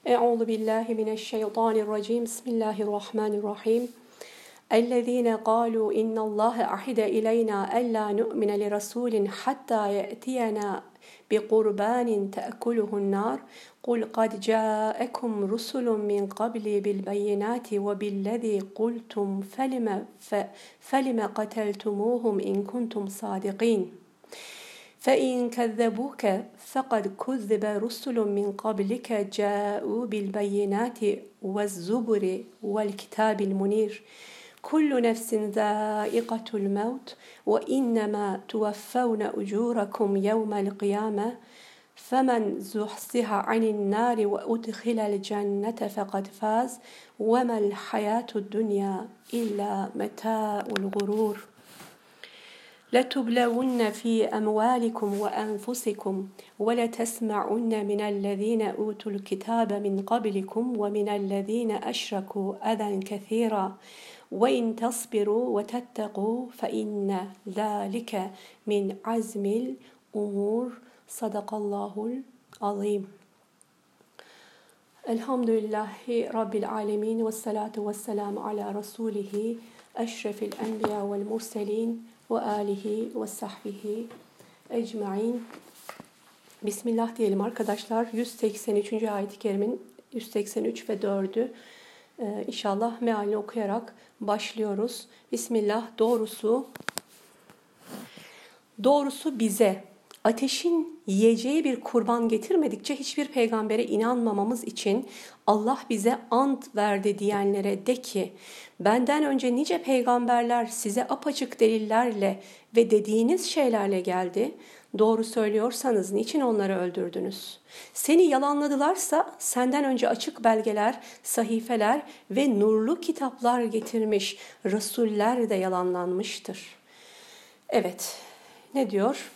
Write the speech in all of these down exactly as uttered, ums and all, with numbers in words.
Euzu billahi mineşşeytanirracim. Bismillahirrahmanirrahim. اَلَّذ۪ينَ قَالُوا اِنَّ اللّٰهَ اَحِدَ اِلَيْنَا اَلَّا نُؤْمِنَ لِرَسُولٍ حَتَّى يَأْتِيَنَا بِقُرْبَانٍ تَأْكُلُهُ النَّارُ قُلْ قَدْ جَاءَكُمْ رُسُلٌ مِّنْ قَبْلِي بِالْبَيِّنَاتِ وَبِالَّذ۪ي قُلْتُمْ فَلِمَ, فَلِمَ قَتَلْتُمُوهُمْ اِنْ كُنْتُمْ صَادِقِينَ فَاِنْ كَذَّبُوكَ فَقَدْ كُذِّبَ رُسُلٌ مِّنْ قَبْلِكَ جَاءُوا بِالْبَيِّنَاتِ وَالزُّبُرِ وَالْكِتَابِ الْمُنِيرِ كُلُّ نَفْسٍ ذَائِقَةُ الْمَوْتِ وَإِنَّمَا تُوَفَّوْنَ أُجُورَكُمْ يَوْمَ الْقِيَامَةِ فَمَنْ زُحْزِحَ عَنِ النَّارِ وَأُدْخِلَ الْجَنَّةَ فَقَدْ فَازَ وَمَا الْحَيَاةُ الدُّنْيَا إِلَّا مَتَاعُ الْغُرُورِ لَتُبْلَوُنَّ فِي أَمْوَالِكُمْ وَأَنْفُسِكُمْ وَلَتَسْمَعُنَّ مِنَ الَّذ۪ينَ أُوتُوا الْكِتَابَ مِنْ قَبْلِكُمْ وَمِنَ الَّذ۪ينَ أَشْرَكُوا أَذًى كَثِيرًا وَإِنْ تَصْبِرُوا وَتَتَّقُوا فَإِنَّ ذَٰلِكَ مِنْ عَزْمِ الْأُمُورِ Sadakallahul azim. Elhamdülillahi Rabbil alemin ve salatu ve selamu ala Resulihi eşrefil enbiya vel murselin ve alihi ve sahbihi ecmain. Bismillah diyelim arkadaşlar. yüz seksen üçüncü ayet-i kerimenin yüz seksen üç ve dördü ee, inşallah mealini okuyarak başlıyoruz. Bismillah. Doğrusu doğrusu bize ateşin yiyeceği bir kurban getirmedikçe hiçbir peygambere inanmamamız için Allah bize ant verdi diyenlere de ki, benden önce nice peygamberler size apaçık delillerle ve dediğiniz şeylerle geldi. Doğru söylüyorsanız niçin onları öldürdünüz? Seni yalanladılarsa senden önce açık belgeler, sahifeler ve nurlu kitaplar getirmiş Resuller de yalanlanmıştır. Evet, ne diyor?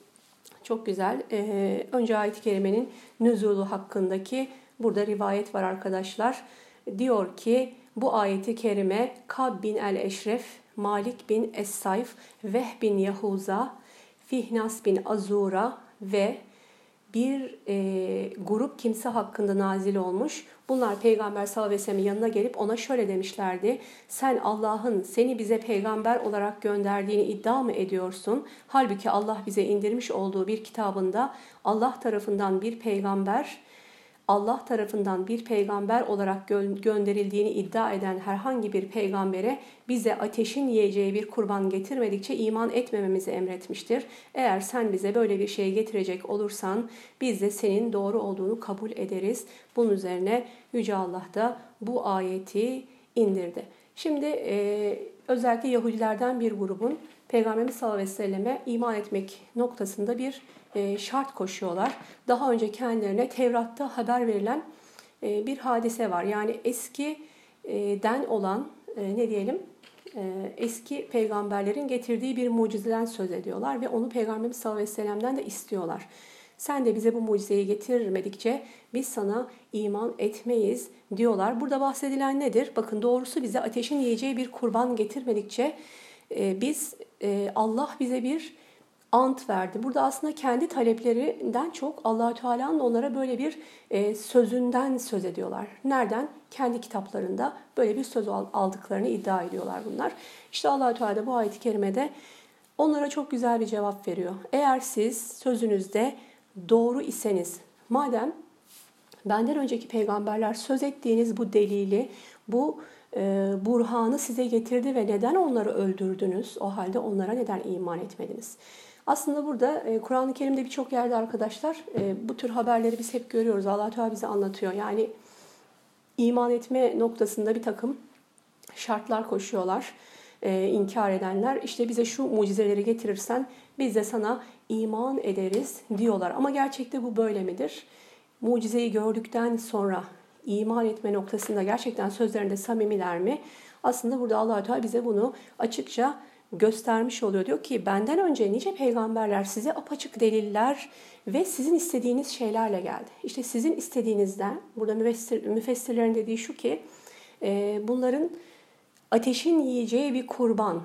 Çok güzel. Ee, önce ayet-i kerimenin nüzulu hakkındaki burada rivayet var arkadaşlar. Diyor ki bu ayet-i kerime Kab bin el-Eşref, Malik bin Es-Sayf, Veh bin Yahuza, Fihnas bin Azura ve bir e, grup kimse hakkında nazil olmuş. Bunlar Peygamber sallallahu aleyhi ve sellem'in yanına gelip ona şöyle demişlerdi. Sen Allah'ın seni bize peygamber olarak gönderdiğini iddia mı ediyorsun? Halbuki Allah bize indirmiş olduğu bir kitabında Allah tarafından bir peygamber, Allah tarafından bir peygamber olarak gö- gönderildiğini iddia eden herhangi bir peygambere bize ateşin yiyeceği bir kurban getirmedikçe iman etmememizi emretmiştir. Eğer sen bize böyle bir şey getirecek olursan biz de senin doğru olduğunu kabul ederiz. Bunun üzerine Yüce Allah da bu ayeti indirdi. Şimdi e, özellikle Yahudilerden bir grubun Peygamberimiz sallallahu aleyhi ve selleme iman etmek noktasında bir e, şart koşuyorlar. Daha önce kendilerine Tevrat'ta haber verilen e, bir hadise var. Yani eskiden olan e, ne diyelim e, eski peygamberlerin getirdiği bir mucizeden söz ediyorlar ve onu Peygamberimiz sallallahu aleyhi ve sellem'den de istiyorlar. Sen de bize bu mucizeyi getirmedikçe biz sana iman etmeyiz diyorlar. Burada bahsedilen nedir? Bakın doğrusu bize ateşin yiyeceği bir kurban getirmedikçe e, biz e, Allah bize bir ant verdi. Burada aslında kendi taleplerinden çok Allah-u Teala'nın onlara böyle bir e, sözünden söz ediyorlar. Nereden? Kendi kitaplarında böyle bir söz aldıklarını iddia ediyorlar bunlar. İşte Allah-u Teala da bu ayet-i kerimede onlara çok güzel bir cevap veriyor. Eğer siz sözünüzde doğru iseniz, madem benden önceki peygamberler söz ettiğiniz bu delili, bu e, burhanı size getirdi ve neden onları öldürdünüz? O halde onlara neden iman etmediniz? Aslında burada e, Kur'an-ı Kerim'de birçok yerde arkadaşlar e, bu tür haberleri biz hep görüyoruz. Allah Teala bize anlatıyor. Yani iman etme noktasında bir takım şartlar koşuyorlar. E, inkar edenler işte bize şu mucizeleri getirirsen biz de sana iman ederiz diyorlar. Ama gerçekte bu böyle midir? Mucizeyi gördükten sonra iman etme noktasında gerçekten sözlerinde samimiler mi? Aslında burada Allah Teala bize bunu açıkça göstermiş oluyor. Diyor ki benden önce nice peygamberler size apaçık deliller ve sizin istediğiniz şeylerle geldi. İşte sizin istediğinizden, burada müfessir, müfessirlerin dediği şu ki e, bunların ateşin yiyeceği bir kurban.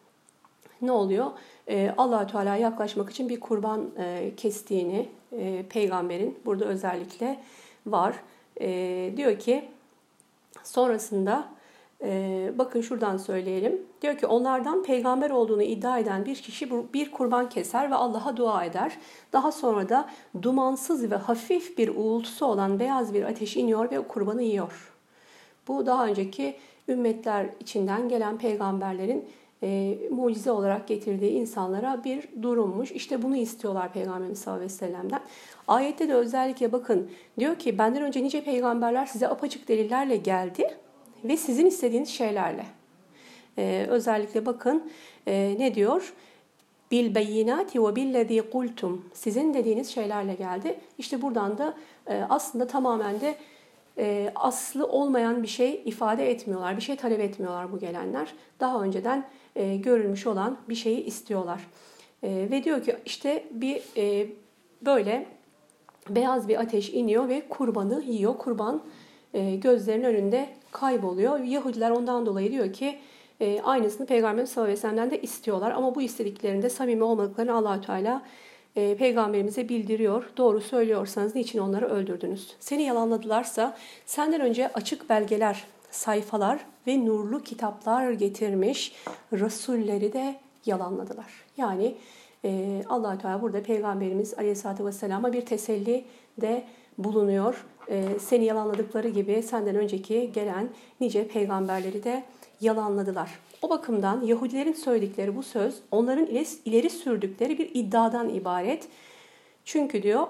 Ne oluyor? E, Allah-u Teala'ya yaklaşmak için bir kurban e, kestiğini e, peygamberin burada özellikle var. E, diyor ki sonrasında e, bakın şuradan söyleyelim. Diyor ki onlardan peygamber olduğunu iddia eden bir kişi bir kurban keser ve Allah'a dua eder. Daha sonra da dumansız ve hafif bir uğultusu olan beyaz bir ateş iniyor ve o kurbanı yiyor. Bu daha önceki ümmetler içinden gelen peygamberlerin e, mucize olarak getirdiği insanlara bir durummuş. İşte bunu istiyorlar Peygamberimiz sallallahu aleyhi ve sellem'den. Ayette de özellikle bakın diyor ki benden önce nice peygamberler size apaçık delillerle geldi ve sizin istediğiniz şeylerle. E, özellikle bakın e, ne diyor? Bil beyinati ve billezî kultum. Sizin dediğiniz şeylerle geldi. İşte buradan da e, aslında tamamen de E, aslı olmayan bir şey ifade etmiyorlar, bir şey talep etmiyorlar bu gelenler. Daha önceden e, görülmüş olan bir şeyi istiyorlar. E, ve diyor ki işte bir e, böyle beyaz bir ateş iniyor ve kurbanı yiyor. Kurban e, gözlerinin önünde kayboluyor. Yahudiler ondan dolayı diyor ki e, aynısını Peygamberimiz sallallahu aleyhi ve sellem'den de istiyorlar. Ama bu istediklerinde samimi olmadıklarını Allah-u Teala E, Peygamberimize bildiriyor. Doğru söylüyorsanız niçin onları öldürdünüz? Seni yalanladılarsa senden önce açık belgeler, sayfalar ve nurlu kitaplar getirmiş Resulleri de yalanladılar. Yani e, Allah-u Teala burada Peygamberimiz Aleyhisselatü Vesselam'a bir teselli de bulunuyor. E, seni yalanladıkları gibi senden önceki gelen nice peygamberleri de yalanladılar. O bakımdan Yahudilerin söyledikleri bu söz onların ileri sürdükleri bir iddiadan ibaret. Çünkü diyor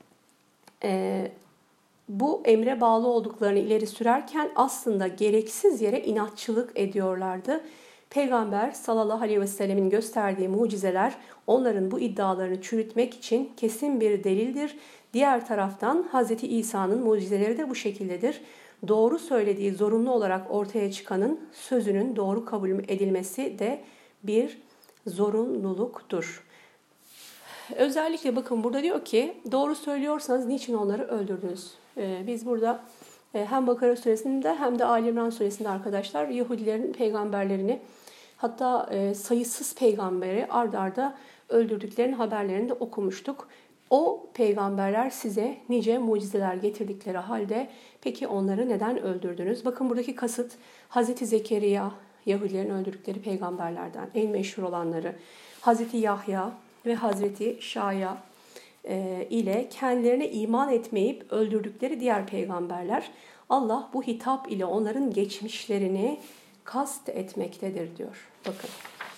e, bu emre bağlı olduklarını ileri sürerken aslında gereksiz yere inatçılık ediyorlardı. Peygamber sallallahu aleyhi ve sellemin gösterdiği mucizeler onların bu iddialarını çürütmek için kesin bir delildir. Diğer taraftan Hazreti İsa'nın mucizeleri de bu şekildedir. Doğru söylediği zorunlu olarak ortaya çıkanın sözünün doğru kabul edilmesi de bir zorunluluktur. Özellikle bakın burada diyor ki doğru söylüyorsanız niçin onları öldürdünüz? Ee, biz burada e, hem Bakara suresinde hem de Ali İmran suresinde arkadaşlar Yahudilerin peygamberlerini hatta e, sayısız peygamberi ard arda öldürdüklerinin haberlerini de okumuştuk. O peygamberler size nice mucizeler getirdikleri halde peki onları neden öldürdünüz? Bakın buradaki kasıt Hazreti Zekeriya, Yahudilerin öldürdükleri peygamberlerden en meşhur olanları. Hazreti Yahya ve Hazreti Şaya e, ile kendilerine iman etmeyip öldürdükleri diğer peygamberler. Allah bu hitap ile onların geçmişlerini kast etmektedir diyor. Bakın.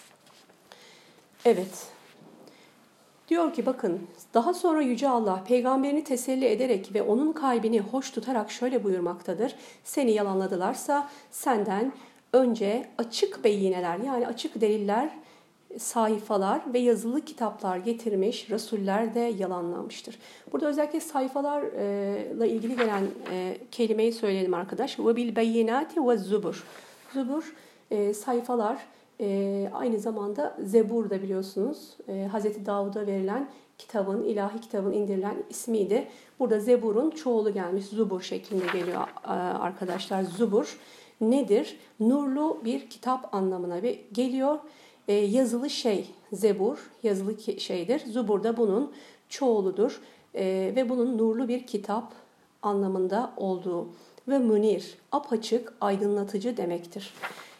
Evet. Diyor ki bakın daha sonra Yüce Allah peygamberini teselli ederek ve onun kalbini hoş tutarak şöyle buyurmaktadır. Seni yalanladılarsa senden önce açık beyineler yani açık deliller, sayfalar ve yazılı kitaplar getirmiş Resuller de yalanlanmıştır. Burada özellikle sayfalarla ilgili gelen kelimeyi söyleyelim arkadaş. Ve bil beyinati ve zubur. Zubur sayfalar. Ee, aynı zamanda Zebur da biliyorsunuz ee, Hazreti Davud'a verilen kitabın, ilahi kitabın indirilen ismiydi. Burada Zebur'un çoğulu gelmiş, Zubur şeklinde geliyor arkadaşlar. Zubur nedir? Nurlu bir kitap anlamına geliyor. Ee, yazılı şey Zebur, yazılı şeydir. Zubur da bunun çoğuludur ee, ve bunun nurlu bir kitap anlamında olduğu ve münir, apaçık, aydınlatıcı demektir.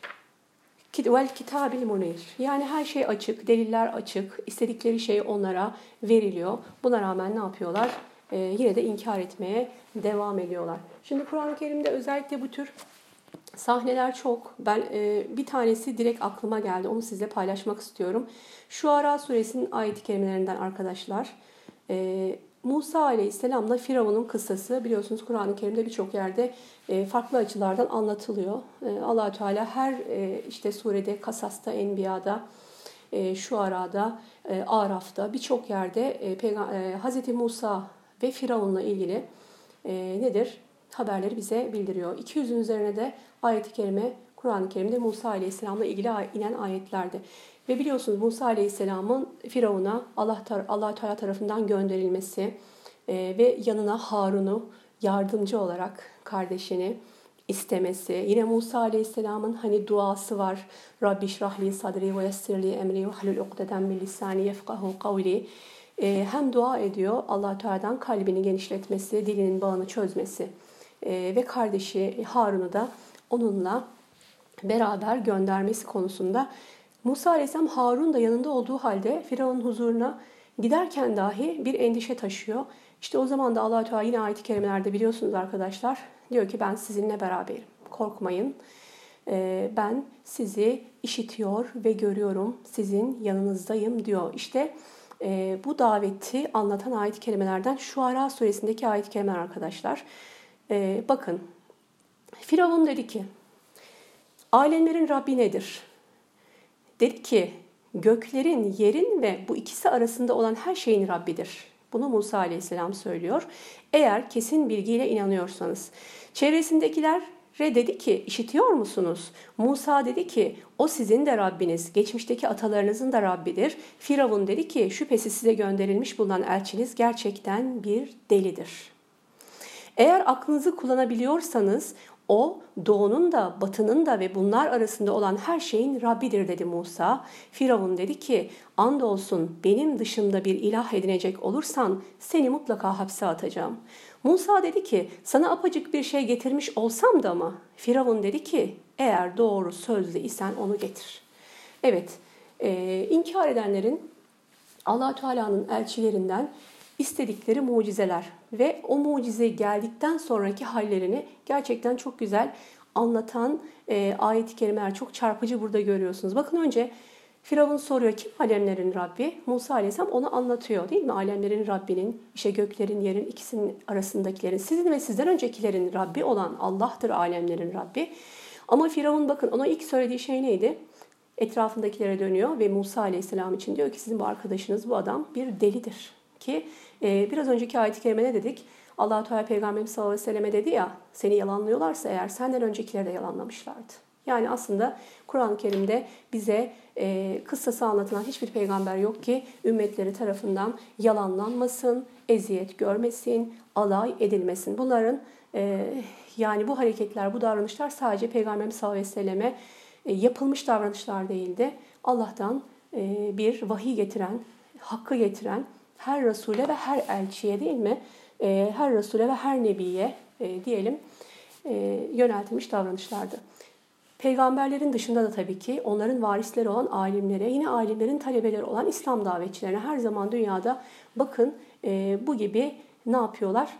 Vel kitabil munir. Yani her şey açık, deliller açık, istedikleri şey onlara veriliyor. Buna rağmen ne yapıyorlar? Ee, yine de inkar etmeye devam ediyorlar. Şimdi Kur'an-ı Kerim'de özellikle bu tür sahneler çok. Ben e, bir tanesi direkt aklıma geldi. Onu sizinle paylaşmak istiyorum. Şuara suresinin ayet-i kerimelerinden arkadaşlar. E, Musa Aleyhisselam'la Firavun'un kıssası biliyorsunuz Kur'an-ı Kerim'de birçok yerde farklı açılardan anlatılıyor. Allah-u Teala her işte surede, Kasas'ta, Enbiya'da, Şuara'da, Araf'ta birçok yerde Hz. Musa ve Firavun'la ilgili nedir? Haberleri bize bildiriyor. iki yüzün üzerine de ayet-i kerime Kur'an-ı Kerim'de Musa Aleyhisselam'la ilgili inen ayetlerde. Ve biliyorsunuz Musa Aleyhisselam'ın Firavun'a Allah Allah Teala tarafından gönderilmesi e, ve yanına Harun'u yardımcı olarak kardeşini istemesi. Yine Musa Aleyhisselam'ın hani duası var. Rabbi şrahli sadri ve yessirli emri ve halul ukdeden min lisani yefkahu kavli. E, hem dua ediyor Allah Teala'dan kalbini genişletmesi, dilinin bağını çözmesi e, ve kardeşi Harun'u da onunla beraber göndermesi konusunda Musa Aleyhisselam Harun da yanında olduğu halde Firavun'un huzuruna giderken dahi bir endişe taşıyor. İşte o zaman da Allah-u Teala yine ayet-i kerimelerde biliyorsunuz arkadaşlar, diyor ki ben sizinle beraberim. Korkmayın. Ben sizi işitiyor ve görüyorum. Sizin yanınızdayım diyor. İşte bu daveti anlatan ayet-i kerimelerden Şuara suresindeki ayet-i kerimeler arkadaşlar. Bakın. Firavun dedi ki alemlerin Rabbi nedir? Dedi ki göklerin, yerin ve bu ikisi arasında olan her şeyin Rabbidir. Bunu Musa Aleyhisselam söylüyor. Eğer kesin bilgiyle inanıyorsanız. Çevresindekilere dedi ki işitiyor musunuz? Musa dedi ki o sizin de Rabbiniz, geçmişteki atalarınızın da Rabbidir. Firavun dedi ki şüphesiz size gönderilmiş bulunan elçiniz gerçekten bir delidir. Eğer aklınızı kullanabiliyorsanız o doğunun da batının da ve bunlar arasında olan her şeyin Rabbidir dedi Musa. Firavun dedi ki andolsun benim dışımda bir ilah edinecek olursan seni mutlaka hapse atacağım. Musa dedi ki sana apacık bir şey getirmiş olsam da mı? Firavun dedi ki eğer doğru sözlü isen onu getir. Evet, e, inkar edenlerin Allah-u Teala'nın elçilerinden istedikleri mucizeler ve o mucize geldikten sonraki hallerini gerçekten çok güzel anlatan e, ayet-i kerimeler çok çarpıcı burada görüyorsunuz. Bakın önce Firavun soruyor kim alemlerin Rabbi? Musa Aleyhisselam onu anlatıyor değil mi? Alemlerin Rabbinin, işte göklerin, yerin ikisinin arasındakilerin, sizin ve sizden öncekilerin Rabbi olan Allah'tır alemlerin Rabbi. Ama Firavun bakın ona ilk söylediği şey neydi? Etrafındakilere dönüyor ve Musa Aleyhisselam için diyor ki sizin bu arkadaşınız bu adam bir delidir. Ki e, biraz önceki ayet-i kerime ne dedik? Allah-u Teala Peygamberimiz sallallahu aleyhi ve selleme dedi ya seni yalanlıyorlarsa eğer senden öncekileri de yalanlamışlardı. Yani aslında Kur'an-ı Kerim'de bize e, kıssası anlatılan hiçbir peygamber yok ki ümmetleri tarafından yalanlanmasın, eziyet görmesin, alay edilmesin. Bunların e, yani bu hareketler, bu davranışlar sadece Peygamberimiz sallallahu aleyhi ve selleme e, yapılmış davranışlar değildi. Allah'tan e, bir vahiy getiren, hakkı getiren her Resul'e ve her elçiye değil mi? E, her Resul'e ve her Nebi'ye e, diyelim e, yöneltilmiş davranışlardı. Peygamberlerin dışında da tabii ki onların varisleri olan alimlere, yine alimlerin talebeleri olan İslam davetçilerine her zaman dünyada bakın e, bu gibi ne yapıyorlar?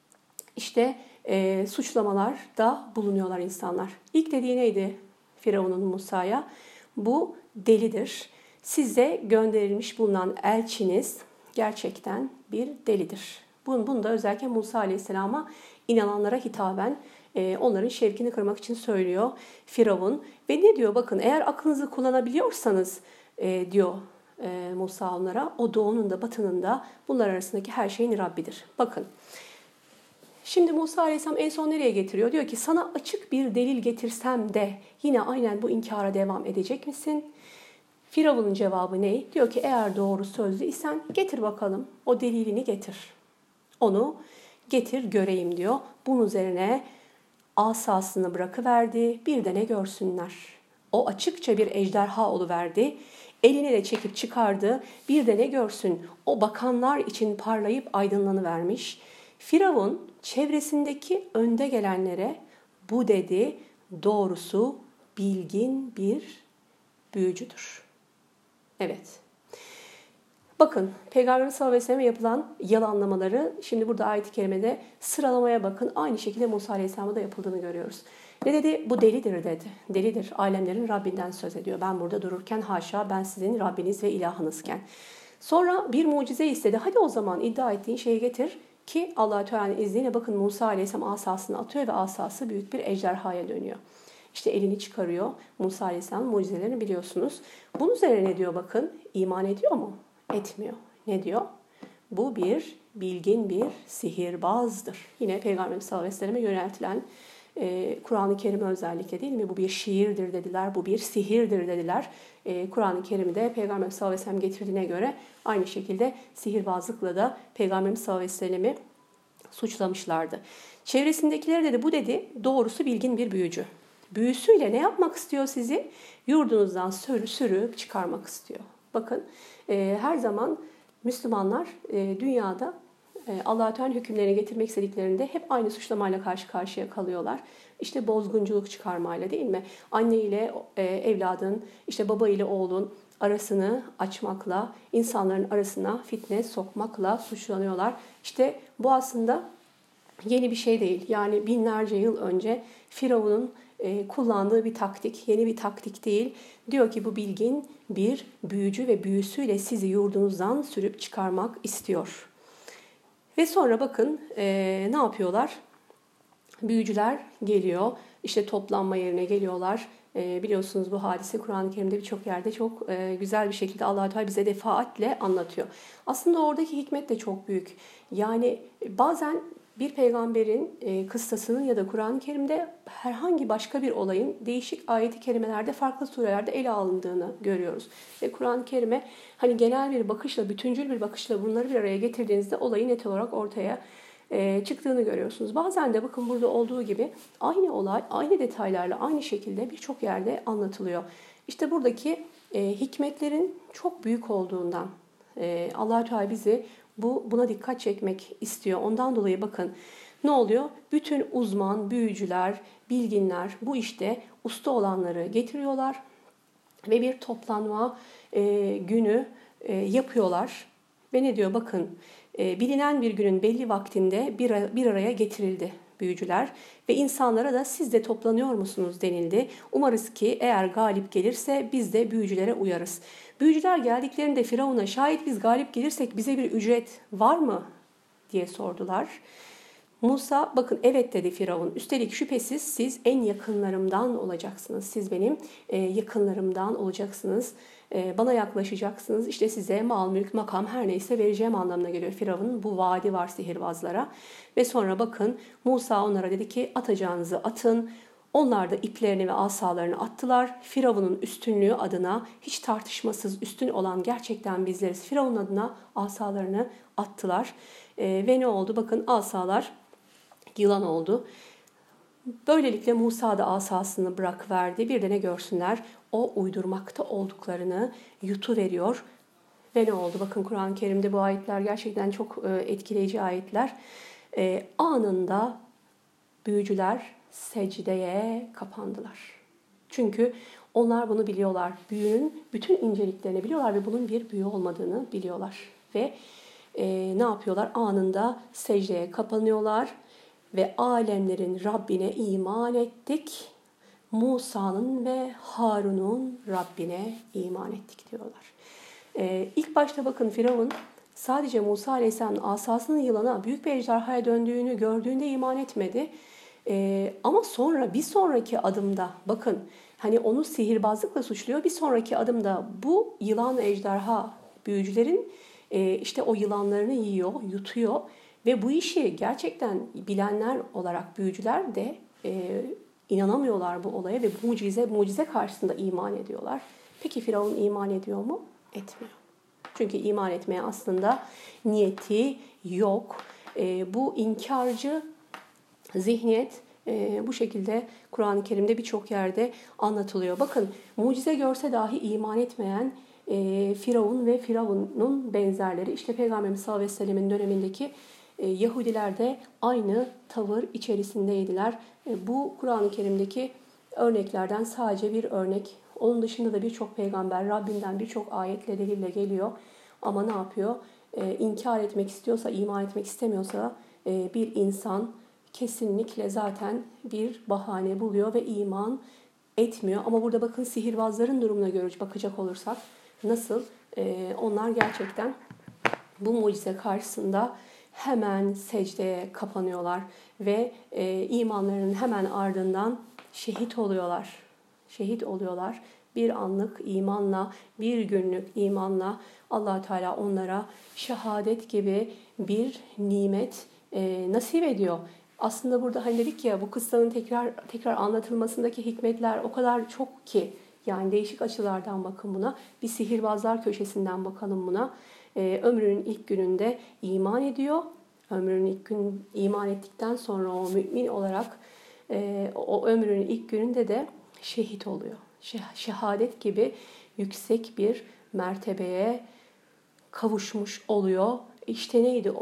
İşte e, suçlamalarda bulunuyorlar insanlar. İlk dediği neydi Firavun'un Musa'ya? Bu delidir. Size gönderilmiş bulunan elçiniz gerçekten bir delidir. Bunu, bunu da özellikle Musa Aleyhisselam'a inananlara hitaben e, onların şevkini kırmak için söylüyor Firavun. Ve ne diyor? Bakın eğer aklınızı kullanabiliyorsanız e, diyor e, Musa onlara o doğunun da batının da bunlar arasındaki her şeyin Rabbidir. Bakın. Şimdi Musa Aleyhisselam en son nereye getiriyor? Diyor ki sana açık bir delil getirsem de yine aynen bu inkara devam edecek misin? Firavun'un cevabı ne? Diyor ki eğer doğru sözlü isen getir bakalım o delilini getir. Onu getir göreyim diyor. Bunun üzerine asasını bırakıverdi. Bir de ne görsünler. O açıkça bir ejderha oluverdi. Eline de çekip çıkardı. Bir de ne görsün. O bakanlar için parlayıp aydınlanıvermiş. Firavun çevresindeki önde gelenlere bu dedi doğrusu bilgin bir büyücüdür. Evet. Bakın Peygamberimiz sallallahu aleyhi ve sellem'e yapılan yalanlamaları şimdi burada ayet-i kerimede sıralamaya bakın. Aynı şekilde Musa Aleyhisselam'a da yapıldığını görüyoruz. Ne dedi? Bu delidir dedi. Delidir. Alemlerin Rabbinden söz ediyor. Ben burada dururken haşa ben sizin Rabbiniz ve ilahınızken. Sonra bir mucize istedi. Hadi o zaman iddia ettiğin şeyi getir ki Allah-u Teala'nın izniyle bakın Musa Aleyhisselam asasını atıyor ve asası büyük bir ejderhaya dönüyor. İşte elini çıkarıyor. Musa Aleyhisselam'ın mucizelerini biliyorsunuz. Bunun üzerine ne diyor bakın? İman ediyor mu? Etmiyor. Ne diyor? Bu bir bilgin bir sihirbazdır. Yine Peygamberimiz sallallahu aleyhi ve selleme yöneltilen e, Kur'an-ı Kerim özellikle değil mi? Bu bir şiirdir dediler, bu bir sihirdir dediler. E, Kur'an-ı Kerim'de Peygamberimiz sallallahu aleyhi ve sellem getirdiğine göre aynı şekilde sihirbazlıkla da Peygamberimiz sallallahu aleyhi ve sellemi suçlamışlardı. Çevresindekiler dedi bu dedi doğrusu bilgin bir büyücü. Büyüsüyle ne yapmak istiyor sizi? Yurdunuzdan sürü, sürüp çıkarmak istiyor. Bakın e, her zaman Müslümanlar e, dünyada Allah-u Teala'nın hükümlerini getirmek istediklerinde hep aynı suçlamayla karşı karşıya kalıyorlar. İşte bozgunculuk çıkarmayla, değil mi? Anne ile evladın, işte baba ile oğlun arasını açmakla, insanların arasına fitne sokmakla suçlanıyorlar. İşte bu aslında yeni bir şey değil. Yani binlerce yıl önce Firavun'un e, kullandığı bir taktik, yeni bir taktik değil. Diyor ki bu bilgin bir büyücü ve büyüsüyle sizi yurdunuzdan sürüp çıkarmak istiyor. Ve sonra bakın e, ne yapıyorlar? Büyücüler geliyor, işte toplanma yerine geliyorlar. E, biliyorsunuz bu hadise Kur'an-ı Kerim'de birçok yerde çok e, güzel bir şekilde Allah-u Teala bize defaatle anlatıyor. Aslında oradaki hikmet de çok büyük. Yani bazen bir peygamberin e, kıssasının ya da Kur'an-ı Kerim'de herhangi başka bir olayın değişik ayet-i kerimelerde, farklı surelerde ele alındığını görüyoruz. Ve Kur'an-ı Kerim'e hani genel bir bakışla, bütüncül bir bakışla bunları bir araya getirdiğinizde olayı net olarak ortaya e, çıktığını görüyorsunuz. Bazen de bakın burada olduğu gibi aynı olay, aynı detaylarla, aynı şekilde birçok yerde anlatılıyor. İşte buradaki e, hikmetlerin çok büyük olduğundan e, Allah-u Teala bizi Bu, buna dikkat çekmek istiyor. Ondan dolayı bakın ne oluyor? Bütün uzman, büyücüler, bilginler bu işte usta olanları getiriyorlar ve bir toplanma e, günü e, yapıyorlar. Ve ne diyor? Bakın e, bilinen bir günün belli vaktinde bir, bir araya getirildi büyücüler ve insanlara da siz de toplanıyor musunuz denildi. Umarız ki eğer galip gelirse biz de büyücülere uyarız. Büyücüler geldiklerinde Firavun'a şayet biz galip gelirsek bize bir ücret var mı diye sordular. Musa bakın evet dedi Firavun. Üstelik şüphesiz siz en yakınlarımdan olacaksınız. Siz benim e, yakınlarımdan olacaksınız. E, bana yaklaşacaksınız. İşte size mal, mülk, makam her neyse vereceğim anlamına geliyor Firavun'un bu vaadi var sihirbazlara. Ve sonra bakın Musa onlara dedi ki atacağınızı atın. Onlar da iplerini ve asalarını attılar. Firavun'un üstünlüğü adına hiç tartışmasız üstün olan gerçekten bizleriz. Firavun adına asalarını attılar. E, ve ne oldu? Bakın asalar yılan oldu. Böylelikle Musa da asasını bırakıverdi. Bir de ne görsünler? O uydurmakta olduklarını yutuveriyor. Ve ne oldu? Bakın Kur'an-ı Kerim'de bu ayetler gerçekten çok etkileyici ayetler. E, anında büyücüler secdeye kapandılar. Çünkü onlar bunu biliyorlar. Büyünün bütün inceliklerini biliyorlar ve bunun bir büyü olmadığını biliyorlar. Ve e, ne yapıyorlar? Anında secdeye kapanıyorlar. Ve alemlerin Rabbine iman ettik. Musa'nın ve Harun'un Rabbine iman ettik diyorlar. Ee, ilk başta bakın Firavun sadece Musa Aleyhisselam'ın asasının yılana büyük bir ejderhaya döndüğünü gördüğünde iman etmedi. Ee, ama sonra bir sonraki adımda bakın hani onu sihirbazlıkla suçluyor. Bir sonraki adımda bu yılan ejderha büyücülerin e, işte o yılanlarını yiyor, yutuyor. Ve bu işi gerçekten bilenler olarak büyücüler de e, inanamıyorlar bu olaya ve mucize mucize karşısında iman ediyorlar. Peki Firavun iman ediyor mu? Etmiyor. Çünkü iman etmeye aslında niyeti yok. E, bu inkarcı zihniyet e, bu şekilde Kur'an-ı Kerim'de birçok yerde anlatılıyor. Bakın mucize görse dahi iman etmeyen e, Firavun ve Firavun'un benzerleri işte Peygamberimiz sallallahu aleyhi ve sellemin dönemindeki Yahudiler de aynı tavır içerisindeydiler. Bu Kur'an-ı Kerim'deki örneklerden sadece bir örnek. Onun dışında da birçok peygamber Rabbinden birçok ayetle delille geliyor. Ama ne yapıyor? Ee, inkar etmek istiyorsa, iman etmek istemiyorsa e, bir insan kesinlikle zaten bir bahane buluyor ve iman etmiyor. Ama burada bakın sihirbazların durumuna göre bakacak olursak nasıl? Ee, onlar gerçekten bu mucize karşısında hemen secdeye kapanıyorlar ve e, imanlarının hemen ardından şehit oluyorlar. Şehit oluyorlar. Bir anlık imanla, bir günlük imanla Allah Teala onlara şehadet gibi bir nimet e, nasip ediyor. Aslında burada hani dedik ya bu kıssanın tekrar tekrar anlatılmasındaki hikmetler o kadar çok ki yani değişik açılardan bakın buna. Bir sihirbazlar köşesinden bakalım buna. Ee, ömrünün ilk gününde iman ediyor. Ömrünün ilk gün iman ettikten sonra o mümin olarak e, o ömrünün ilk gününde de şehit oluyor. Şehadet gibi yüksek bir mertebeye kavuşmuş oluyor. İşte neydi o?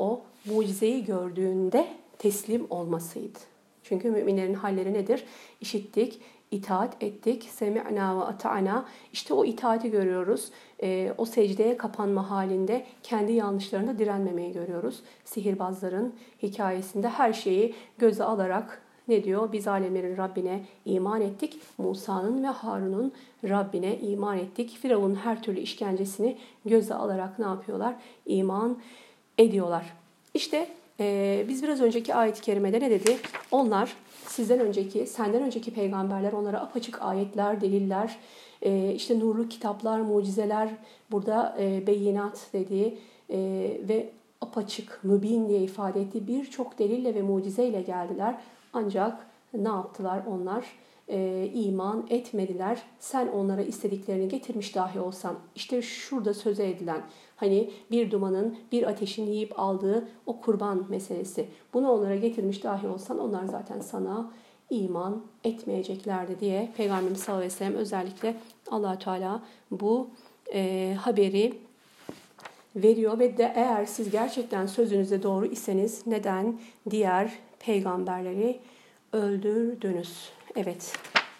mucizeyi gördüğünde teslim olmasıydı. Çünkü müminlerin halleri nedir? İşittik, itaat ettik, semi'na ve ata'na. İşte o itaati görüyoruz. E, o secdeye kapanma halinde kendi yanlışlarında direnmemeyi görüyoruz. Sihirbazların hikayesinde her şeyi göze alarak ne diyor? Biz alemlerin Rabbine iman ettik. Musa'nın ve Harun'un Rabbine iman ettik. Firavun'un her türlü işkencesini göze alarak ne yapıyorlar? İman ediyorlar. İşte e, biz biraz önceki ayet-i kerimede ne dedi? Onlar sizden önceki, senden önceki peygamberler onlara apaçık ayetler, deliller, e, işte nurlu kitaplar, mucizeler, burada e, beyinat dediği e, ve apaçık, mübin diye ifade ettiği birçok delille ve mucizeyle geldiler. Ancak ne yaptılar onlar? E, iman etmediler. Sen onlara istediklerini getirmiş dahi olsan, işte şurada söze edilen, hani bir dumanın, bir ateşin yiyip aldığı o kurban meselesi. Bunu onlara getirmiş dahi olsan onlar zaten sana iman etmeyeceklerdi diye Peygamberimiz sallallahu aleyhi ve sellem özellikle Allah-u Teala bu e, haberi veriyor ve de eğer siz gerçekten sözünüzde doğru iseniz neden diğer peygamberleri öldürdünüz? Evet.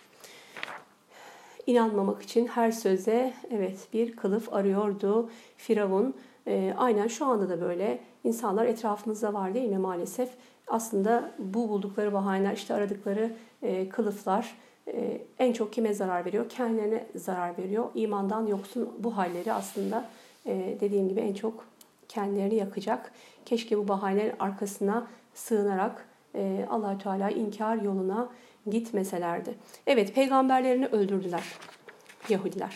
İnanmamak için her söze evet bir kılıf arıyordu Firavun. E, aynen şu anda da böyle insanlar etrafımızda var değil mi maalesef? Aslında bu buldukları bahaneler, işte aradıkları e, kılıflar e, en çok kime zarar veriyor? Kendilerine zarar veriyor. İmandan yoksun bu halleri aslında e, dediğim gibi en çok kendilerini yakacak. Keşke bu bahanelerin arkasına sığınarak e, Allah-u Teala inkar yoluna gitmeselerdi. Evet, peygamberlerini öldürdüler Yahudiler.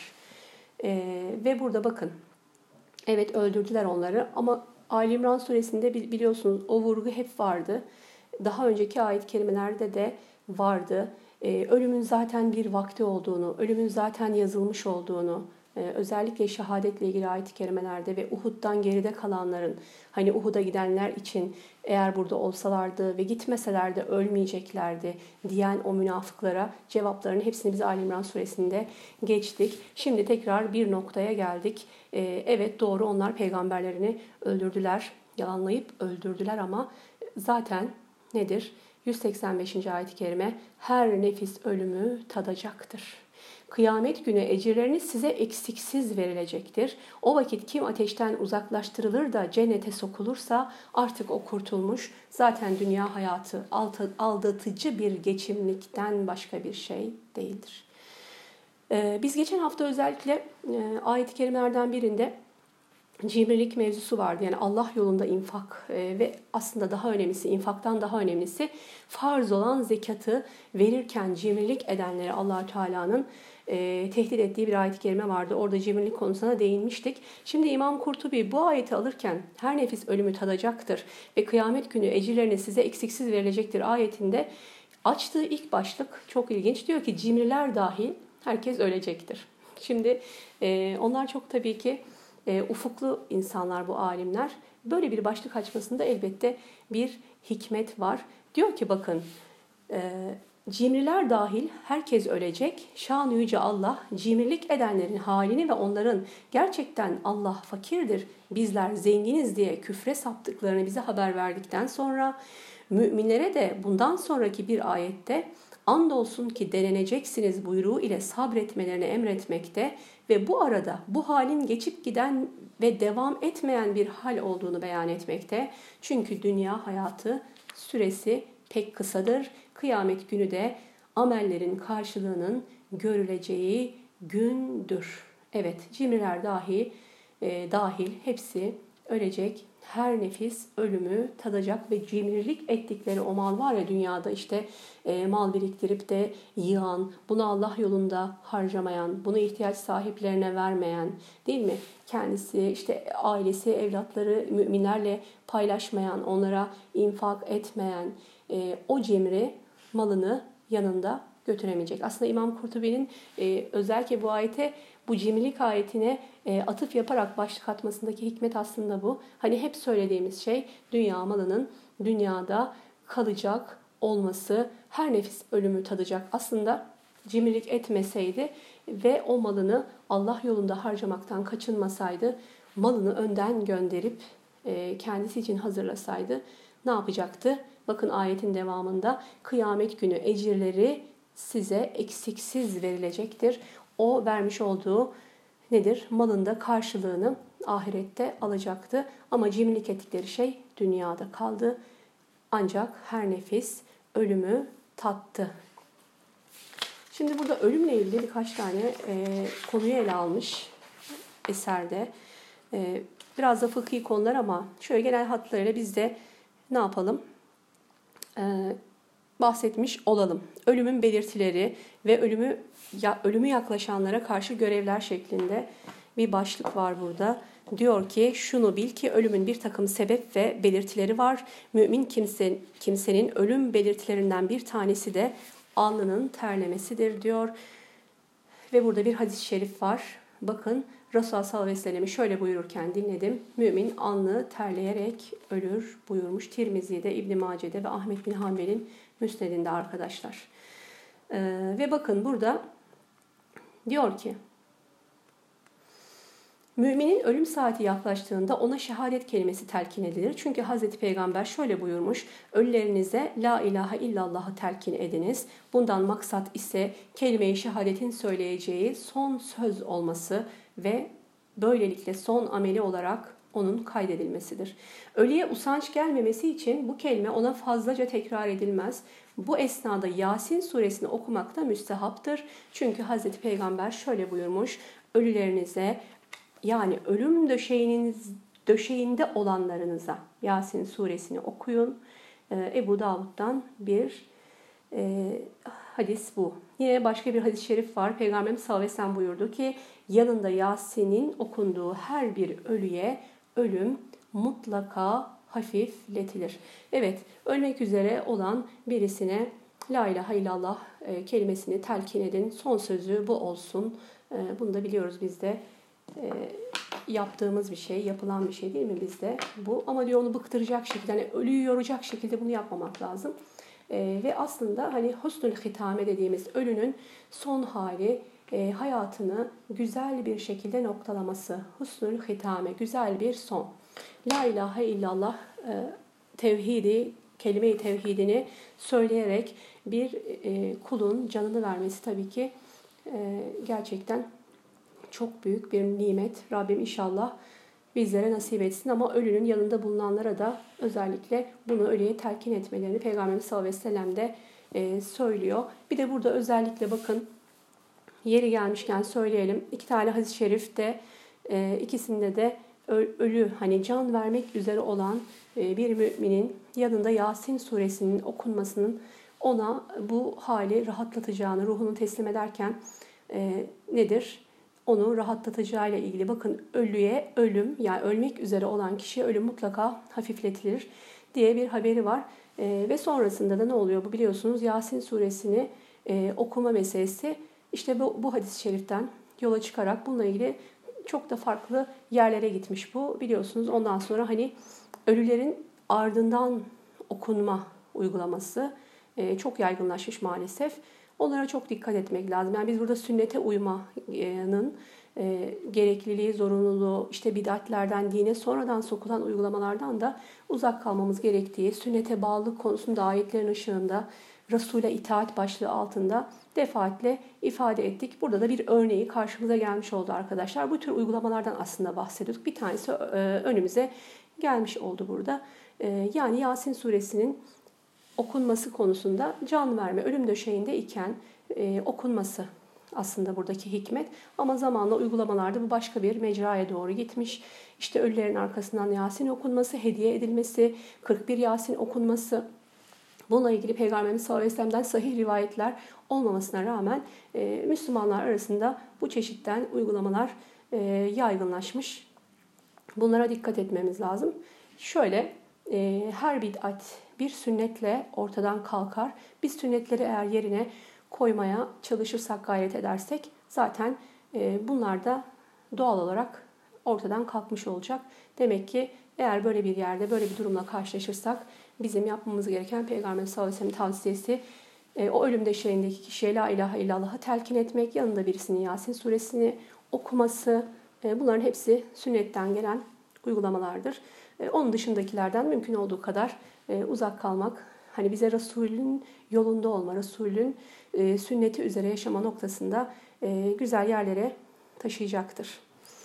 E, ve burada bakın, evet öldürdüler onları ama Ali İmran suresinde biliyorsunuz o vurgu hep vardı. Daha önceki ayet-i kerimelerde de vardı. Ee, ölümün zaten bir vakti olduğunu, ölümün zaten yazılmış olduğunu, e, özellikle şehadetle ilgili ayet-i kerimelerde ve Uhud'dan geride kalanların, hani Uhud'a gidenler için eğer burada olsalardı ve gitmeselerdi ölmeyeceklerdi diyen o münafıklara cevaplarının hepsini biz Ali İmran suresinde geçtik. Şimdi tekrar bir noktaya geldik. Ee, evet doğru, onlar peygamberlerini öldürdüler, yalanlayıp öldürdüler ama zaten nedir? yüz seksen beşinci ayet-i kerime her nefis ölümü tadacaktır. Kıyamet günü ecirleriniz size eksiksiz verilecektir. O vakit kim ateşten uzaklaştırılır da cennete sokulursa artık o kurtulmuş. Zaten dünya hayatı aldatıcı bir geçimlikten başka bir şey değildir. Ee, biz geçen hafta özellikle e, ayet-i kerimelerden birinde cimrilik mevzusu vardı. Yani Allah yolunda infak e, ve aslında daha önemlisi, infaktan daha önemlisi farz olan zekatı verirken cimrilik edenleri Allah-u Teala'nın e, tehdit ettiği bir ayet-i kerime vardı. Orada cimrilik konusuna değinmiştik. Şimdi İmam Kurtubi bu ayeti alırken her nefis ölümü tadacaktır ve kıyamet günü ecirlerini size eksiksiz verilecektir ayetinde açtığı ilk başlık çok ilginç. Diyor ki cimriler dahil herkes ölecektir. Şimdi e, onlar çok tabii ki E, ufuklu insanlar bu alimler. Böyle bir başlık açmasında elbette bir hikmet var. Diyor ki bakın e, cimriler dahil herkes ölecek. Şan-ı yüce Allah cimrilik edenlerin halini ve onların gerçekten Allah fakirdir, bizler zenginiz diye küfre saptıklarını bize haber verdikten sonra müminlere de bundan sonraki bir ayette andolsun ki deneneceksiniz buyruğu ile sabretmelerini emretmekte ve bu arada bu halin geçip giden ve devam etmeyen bir hal olduğunu beyan etmekte. Çünkü dünya hayatı süresi pek kısadır. Kıyamet günü de amellerin karşılığının görüleceği gündür. Evet, cimriler dahi e, dahil hepsi ölecek. Her nefis ölümü tadacak ve cimrilik ettikleri o mal var ya dünyada işte e, mal biriktirip de yığan, bunu Allah yolunda harcamayan, bunu ihtiyaç sahiplerine vermeyen, değil mi? Kendisi, işte ailesi, evlatları müminlerle paylaşmayan, onlara infak etmeyen e, o cimri malını yanında götüremeyecek. Aslında İmam Kurtubi'nin e, özellikle bu ayete, bu cimrilik ayetine e, atıf yaparak başlık atmasındaki hikmet aslında bu. Hani hep söylediğimiz şey dünya malının dünyada kalacak olması, her nefis ölümü tadacak. Aslında cimrilik etmeseydi ve o malını Allah yolunda harcamaktan kaçınmasaydı malını önden gönderip e, kendisi için hazırlasaydı ne yapacaktı? Bakın ayetin devamında kıyamet günü ecirleri size eksiksiz verilecektir. O vermiş olduğu nedir? Malında karşılığını ahirette alacaktı. Ama cimrilik ettikleri şey dünyada kaldı. Ancak her nefis ölümü tattı. Şimdi burada ölümle ilgili birkaç tane e, konuyu ele almış eserde. E, biraz da fıkhi konular ama şöyle genel hatlarıyla biz de ne yapalım? E, bahsetmiş olalım. Ölümün belirtileri ve ölümü ya, ölümü yaklaşanlara karşı görevler şeklinde bir başlık var burada. Diyor ki şunu bil ki ölümün bir takım sebep ve belirtileri var. Mümin kimse, kimsenin ölüm belirtilerinden bir tanesi de alnının terlemesidir diyor. Ve burada bir hadis-i şerif var. Bakın Resulullah sallallahu aleyhi ve sellem'i şöyle buyururken dinledim. Mümin alnı terleyerek ölür buyurmuş. Tirmizi'de, İbn Mace'de ve Ahmet bin Hanbel'in müsnedinde arkadaşlar. Ee, ve bakın burada diyor ki müminin ölüm saati yaklaştığında ona şehadet kelimesi telkin edilir. Çünkü Hazreti Peygamber şöyle buyurmuş. Ölülerinize la ilahe illallah'ı telkin ediniz. Bundan maksat ise kelime-i şehadetin söyleyeceği son söz olması ve böylelikle son ameli olarak onun kaydedilmesidir. Ölüye usanç gelmemesi için bu kelime ona fazlaca tekrar edilmez. Bu esnada Yasin suresini okumak da müstehaptır. Çünkü Hazreti Peygamber şöyle buyurmuş. Ölülerinize yani ölüm döşeğiniz, döşeğinde olanlarınıza Yasin suresini okuyun. Ee, Ebu Davud'dan bir e, hadis bu. Yine başka bir hadis-i şerif var. Peygamberimiz sallallahu aleyhi ve sellem buyurdu ki yanında Yasin'in okunduğu her bir ölüye ölüm mutlaka hafifletilir. Evet, ölmek üzere olan birisine la ilahe illallah e, kelimesini telkin edin. Son sözü bu olsun. E, bunu da biliyoruz biz de. E, yaptığımız bir şey, yapılan bir şey değil mi bizde bu? Ama diyor onu bıktıracak şekilde, hani ölüyü yoracak şekilde bunu yapmamak lazım. E, ve aslında hani husnul hitame dediğimiz ölünün son hali, e, hayatını güzel bir şekilde noktalaması. Husnul hitame, güzel bir son. La ilahe illallah e, tevhidi, kelime-i tevhidini söyleyerek bir e, kulun canını vermesi tabii ki e, gerçekten çok büyük bir nimet. Rabbim inşallah bizlere nasip etsin ama ölünün yanında bulunanlara da özellikle bunu ölüye telkin etmelerini Peygamberimiz sallallahu aleyhi ve sellem de e, söylüyor. Bir de burada özellikle bakın yeri gelmişken söyleyelim. İki tane hadis-i şerifte e, ikisinde de ölü hani can vermek üzere olan e, bir müminin yanında Yasin suresinin okunmasının ona bu hali rahatlatacağını, ruhunu teslim ederken e, nedir? Onu rahatlatacağıyla ilgili bakın ölüye ölüm yani ölmek üzere olan kişiye ölüm mutlaka hafifletilir diye bir haberi var. E, ve sonrasında da ne oluyor bu biliyorsunuz Yasin suresini e, okuma meselesi işte bu, bu hadis-i şeriften yola çıkarak bununla ilgili çok da farklı yerlere gitmiş bu biliyorsunuz. Ondan sonra hani ölülerin ardından okunma uygulaması e, çok yaygınlaşmış maalesef. Onlara çok dikkat etmek lazım. Yani biz burada sünnete uymanın e, gerekliliği, zorunluluğu, işte bid'atlerden, dine sonradan sokulan uygulamalardan da uzak kalmamız gerektiği, sünnete bağlılık konusunda ayetlerin ışığında, Resul'e itaat başlığı altında defaatle ifade ettik. Burada da bir örneği karşımıza gelmiş oldu arkadaşlar. Bu tür uygulamalardan aslında bahsediyorduk. Bir tanesi e, önümüze gelmiş oldu burada. E, yani Yasin suresinin okunması konusunda can verme, ölüm döşeğinde iken e, okunması aslında buradaki hikmet. Ama zamanla uygulamalarda bu başka bir mecraya doğru gitmiş. İşte ölülerin arkasından Yasin okunması, hediye edilmesi, kırk bir Yasin okunması. Bununla ilgili Peygamberimiz sallallahu aleyhi ve sellem'den sahih rivayetler olmamasına rağmen e, Müslümanlar arasında bu çeşitten uygulamalar e, yaygınlaşmış. Bunlara dikkat etmemiz lazım. Şöyle e, her bid'at bir sünnetle ortadan kalkar. Biz sünnetleri eğer yerine koymaya çalışırsak, gayret edersek zaten e, bunlar da doğal olarak ortadan kalkmış olacak. Demek ki eğer böyle bir yerde böyle bir durumla karşılaşırsak bizim yapmamız gereken Peygamber sallallahu aleyhi ve sellem tavsiyesi e, o ölüm döşeğindeki kişiye la ilahe illallah'ı telkin etmek, yanında birisinin Yasin suresini okuması, e, bunların hepsi sünnetten gelen uygulamalardır. E, onun dışındakilerden mümkün olduğu kadar e, uzak kalmak, hani bize Resul'ün yolunda olma, Resul'ün e, sünneti üzere yaşama noktasında e, güzel yerlere taşıyacaktır.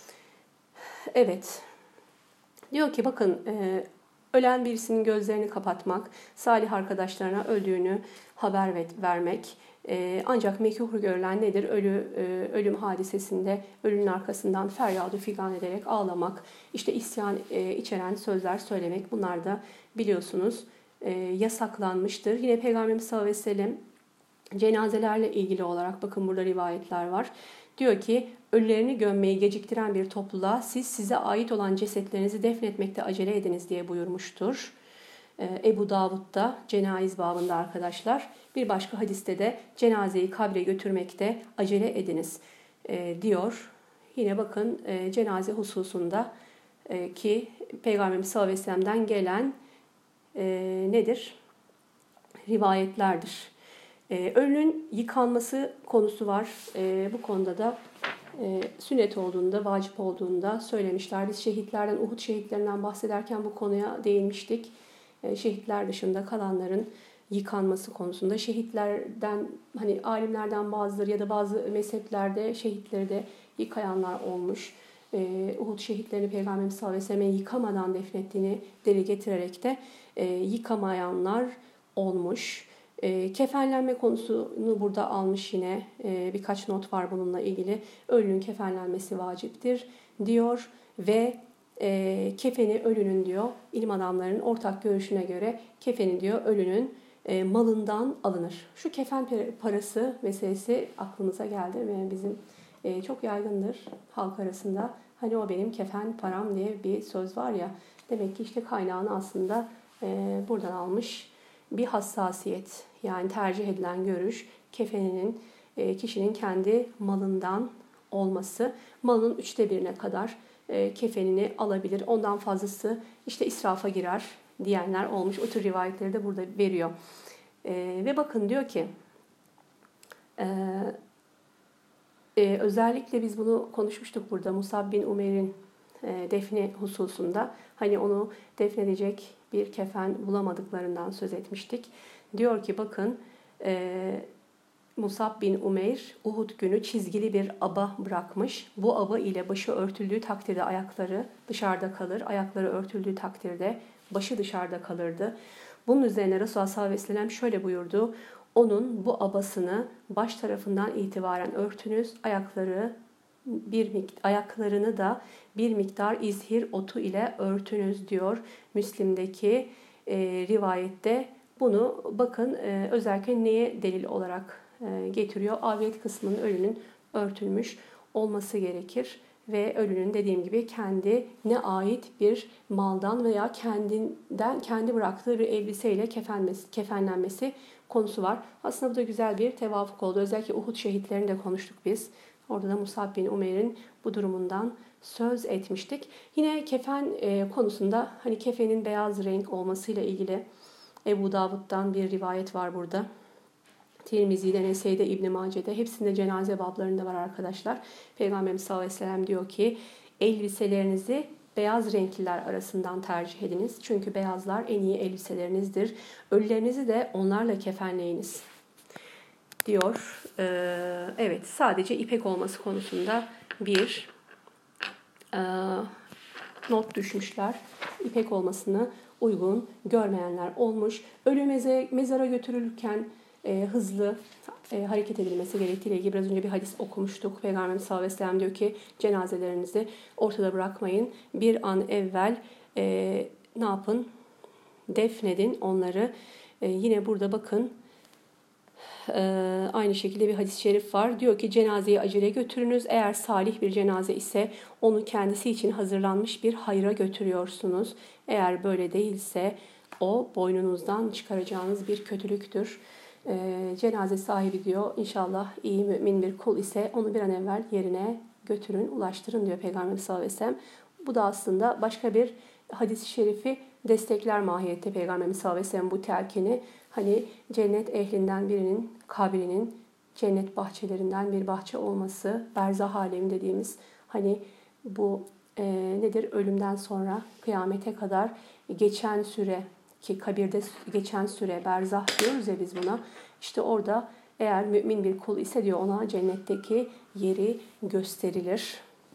Evet, diyor ki bakın, e, ölen birisinin gözlerini kapatmak, salih arkadaşlarına öldüğünü haber vermek, e, ancak mekruh görülen nedir? Ölü, e, ölüm hadisesinde ölünün arkasından feryadı figan ederek ağlamak, işte isyan e, içeren sözler söylemek, bunlar da biliyorsunuz e, yasaklanmıştır. Yine Peygamberimiz sallallahu aleyhi ve sellem cenazelerle ilgili olarak bakın burada rivayetler var. Diyor ki ölülerini gömmeyi geciktiren bir topluluğa siz size ait olan cesetlerinizi defnetmekte acele ediniz diye buyurmuştur. Ebu Davud'da cenayiz babında arkadaşlar. Bir başka hadiste de cenazeyi kabre götürmekte acele ediniz diyor. Yine bakın cenaze hususunda ki Peygamberimiz sallallahu aleyhi ve sellem'den gelen nedir? Rivayetlerdir. Ölünün yıkanması konusu var. Bu konuda da sünnet olduğunda, vacip olduğunda söylemişler. Biz şehitlerden, Uhud şehitlerinden bahsederken bu konuya değinmiştik. Şehitler dışında kalanların yıkanması konusunda şehitlerden, hani alimlerden bazıları ya da bazı mezheplerde şehitleri de yıkayanlar olmuş. Uhud şehitlerini Peygamberimiz sallallahu aleyhi ve sellem'in yıkamadan defnettiğini dile getirerek de yıkamayanlar olmuş. E, kefenlenme konusunu burada almış yine. E, birkaç not var bununla ilgili. Ölünün kefenlenmesi vaciptir diyor ve e, kefeni ölünün diyor, ilim adamlarının ortak görüşüne göre kefeni diyor ölünün e, malından alınır. Şu kefen parası meselesi aklımıza geldi ve bizim e, çok yaygındır halk arasında. Hani o benim kefen param diye bir söz var ya. Demek ki işte kaynağını aslında e, buradan almış. Bir hassasiyet, yani tercih edilen görüş kefeninin kişinin kendi malından olması. Malının üçte birine kadar kefenini alabilir. Ondan fazlası işte israfa girer diyenler olmuş. O tür rivayetleri de burada veriyor. Ve bakın diyor ki özellikle biz bunu konuşmuştuk burada Musab bin Umeyr'in defni hususunda. Hani onu defnedecek bir kefen bulamadıklarından söz etmiştik. Diyor ki bakın e, Musab bin Umeyr Uhud günü çizgili bir aba bırakmış. Bu aba ile başı örtüldüğü takdirde ayakları dışarıda kalır. Ayakları örtüldüğü takdirde başı dışarıda kalırdı. Bunun üzerine Resulullah sallallahu aleyhi ve sellem şöyle buyurdu. Onun bu abasını baş tarafından itibaren örtünüz, ayakları bir ayaklarını da bir miktar izhir otu ile örtünüz diyor Müslim'deki e, rivayette. Bunu bakın e, özellikle neye delil olarak e, getiriyor? Avret kısmının ölünün örtülmüş olması gerekir ve ölünün dediğim gibi kendine ait bir maldan veya kendinden kendi bıraktığı bir elbiseyle kefenmesi, kefenlenmesi konusu var. Aslında bu da güzel bir tevafuk oldu. Özellikle Uhud şehitlerini de konuştuk biz. Orada da Musab bin Umeyr'in bu durumundan söz etmiştik. Yine kefen e, konusunda hani kefenin beyaz renk olmasıyla ilgili Ebu Davud'dan bir rivayet var burada. Tirmizi'de, Nesey'de, İbn Mace'de hepsinde cenaze bablarında var arkadaşlar. Peygamberimiz sallallahu aleyhi ve sellem diyor ki elbiselerinizi beyaz renkliler arasından tercih ediniz. Çünkü beyazlar en iyi elbiselerinizdir. Ölülerinizi de onlarla kefenleyiniz diyor. Ee, evet, sadece ipek olması konusunda bir e, not düşmüşler. İpek olmasını uygun görmeyenler olmuş. Ölü meze, mezara götürülürken e, hızlı e, hareket edilmesi gerektiğiyle ilgili biraz önce bir hadis okumuştuk. Peygamberimiz sallallahu aleyhi ve sellem diyor ki cenazelerinizi ortada bırakmayın. Bir an evvel e, ne yapın? Defnedin onları. E, yine burada bakın e, aynı şekilde bir hadis-i şerif var. Diyor ki cenazeyi acele götürünüz. Eğer salih bir cenaze ise onu kendisi için hazırlanmış bir hayra götürüyorsunuz. Eğer böyle değilse o boynunuzdan çıkaracağınız bir kötülüktür. E, cenaze sahibi diyor inşallah iyi mümin bir kul ise onu bir an evvel yerine götürün, ulaştırın diyor Peygamberimiz sallallahu aleyhi ve sellem. Bu da aslında başka bir hadis-i şerifi destekler mahiyette Peygamberimiz sallallahu aleyhi ve sellem bu telkini. Hani cennet ehlinden birinin kabrinin cennet bahçelerinden bir bahçe olması, berzah alemi dediğimiz hani bu e, nedir? Ölümden sonra kıyamete kadar geçen süre, ki kabirde geçen süre, berzah diyoruz ya biz buna. İşte orada eğer mümin bir kul ise diyor, ona cennetteki yeri gösterilir.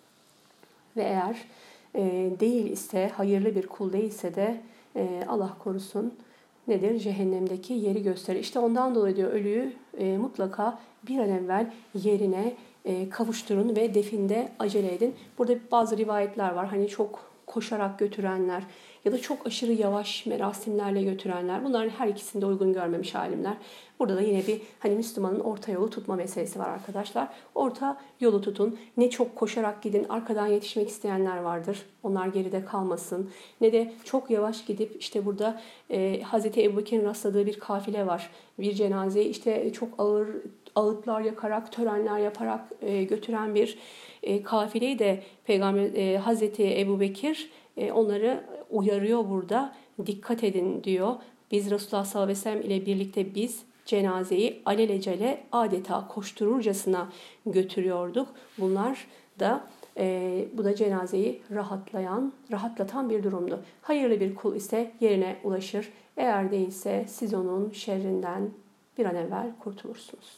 Ve eğer e, değil ise, hayırlı bir kul değilse de e, Allah korusun, nedir? Cehennemdeki yeri gösterir. İşte ondan dolayı diyor, ölüyü e, mutlaka bir an evvel yerine e, kavuşturun ve definde acele edin. Burada bazı rivayetler var. Hani çok koşarak götürenler ya da çok aşırı yavaş merasimlerle götürenler. Bunların her ikisini de uygun görmemiş alimler. Burada da yine bir hani Müslümanın orta yolu tutma meselesi var arkadaşlar. Orta yolu tutun. Ne çok koşarak gidin. Arkadan yetişmek isteyenler vardır. Onlar geride kalmasın. Ne de çok yavaş gidip işte burada e, Hazreti Ebubekir'in rastladığı bir kafile var. Bir cenazeyi işte çok ağır ağıtlar yakarak, törenler yaparak e, götüren bir e, kafileyi de Peygamber e, Hazreti Ebubekir e, onları uyarıyor burada. Dikkat edin diyor. Biz Resulullah sallallahu aleyhi ve sellem ile birlikte biz cenazeyi alelacele adeta koştururcasına götürüyorduk. Bunlar da e, bu da cenazeyi rahatlayan, rahatlatan bir durumdu. Hayırlı bir kul ise yerine ulaşır. Eğer değilse siz onun şerrinden bir an evvel kurtulursunuz.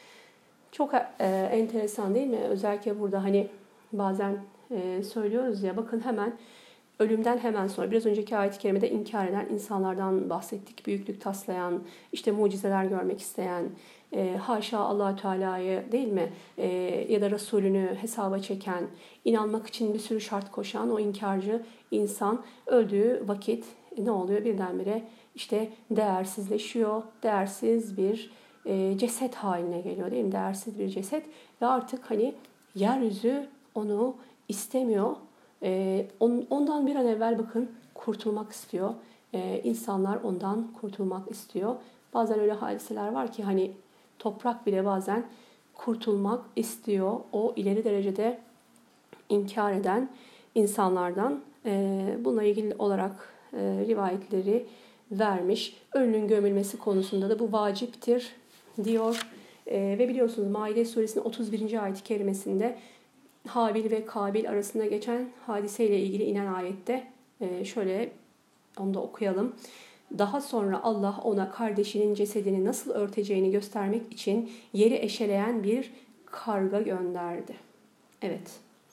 Çok e, enteresan değil mi? Özellikle burada hani bazen e, söylüyoruz ya, bakın hemen ölümden hemen sonra, biraz önceki ayet-i kerimede inkar eden insanlardan bahsettik. Büyüklük taslayan, işte mucizeler görmek isteyen, e, haşa Allah-u Teala'yı değil mi? E, ya da Resulünü hesaba çeken, inanmak için bir sürü şart koşan o inkarcı insan öldüğü vakit e, ne oluyor? Birdenbire işte değersizleşiyor. Değersiz bir e, ceset haline geliyor değil mi? Değersiz bir ceset ve artık hani yeryüzü onu istemiyor. Ee, ondan bir an evvel bakın kurtulmak istiyor. Ee, insanlar ondan kurtulmak istiyor. Bazen öyle hadiseler var ki hani toprak bile bazen kurtulmak istiyor. O ileri derecede inkar eden insanlardan. Ee, bununla ilgili olarak e, rivayetleri vermiş. Ölünün gömülmesi konusunda da bu vaciptir diyor. Ee, ve biliyorsunuz Maide suresinin otuz birinci ayet-i kerimesinde Habil ve Kabil arasında geçen hadiseyle ilgili inen ayette şöyle onu da okuyalım. Daha sonra Allah ona kardeşinin cesedini nasıl örteceğini göstermek için yeri eşeleyen bir karga gönderdi. Evet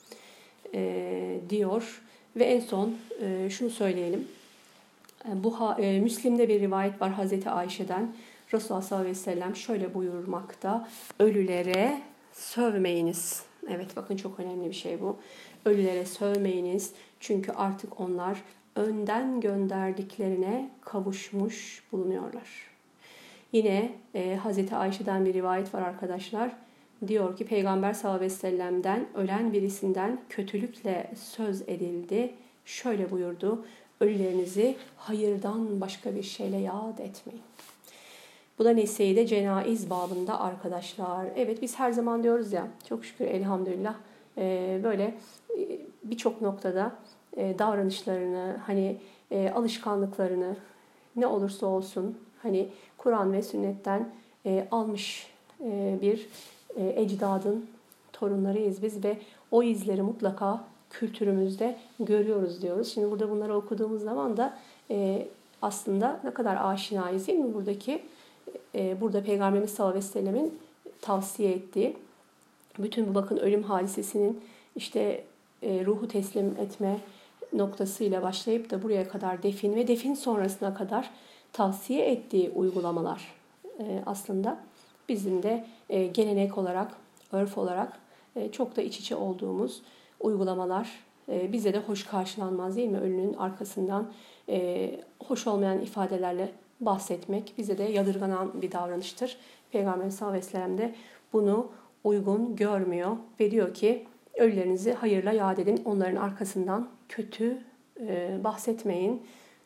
e, diyor ve en son e, şunu söyleyelim. Bu e, Müslim'de bir rivayet var Hazreti Ayşe'den. Resulullah sallallahu aleyhi ve sellem şöyle buyurmakta: ölülere sövmeyiniz. Evet, bakın çok önemli bir şey bu. Ölülere sövmeyiniz çünkü artık onlar önden gönderdiklerine kavuşmuş bulunuyorlar. Yine e, Hazreti Ayşe'den bir rivayet var arkadaşlar. Diyor ki Peygamber sallallahu aleyhi ve sellem'den ölen birisinden kötülükle söz edildi. Şöyle buyurdu: ölülerinizi hayırdan başka bir şeyle yad etmeyin. Bu da Nese'de cenaiz babında arkadaşlar. Evet, biz her zaman diyoruz ya, çok şükür elhamdülillah e, böyle e, birçok noktada e, davranışlarını, hani e, alışkanlıklarını ne olursa olsun hani Kur'an ve sünnetten e, almış e, bir e, ecdadın torunlarıyız biz ve o izleri mutlaka kültürümüzde görüyoruz diyoruz. Şimdi burada bunları okuduğumuz zaman da e, aslında ne kadar aşinayız değil mi buradaki? Burada Peygamberimiz sallallahu aleyhi ve sellemin tavsiye ettiği bütün bu bakın ölüm hadisesinin işte e, ruhu teslim etme noktasıyla başlayıp da buraya kadar defin ve defin sonrasına kadar tavsiye ettiği uygulamalar e, aslında bizim de e, gelenek olarak, örf olarak e, çok da iç içe olduğumuz uygulamalar. E, bize de hoş karşılanmaz değil mi? Ölünün arkasından e, hoş olmayan ifadelerle bahsetmek bize de yadırganan bir davranıştır. Peygamber sallallahu aleyhi ve sellem de bunu uygun görmüyor ve diyor ki ölülerinizi hayırla yad edin, onların arkasından kötü e, bahsetmeyin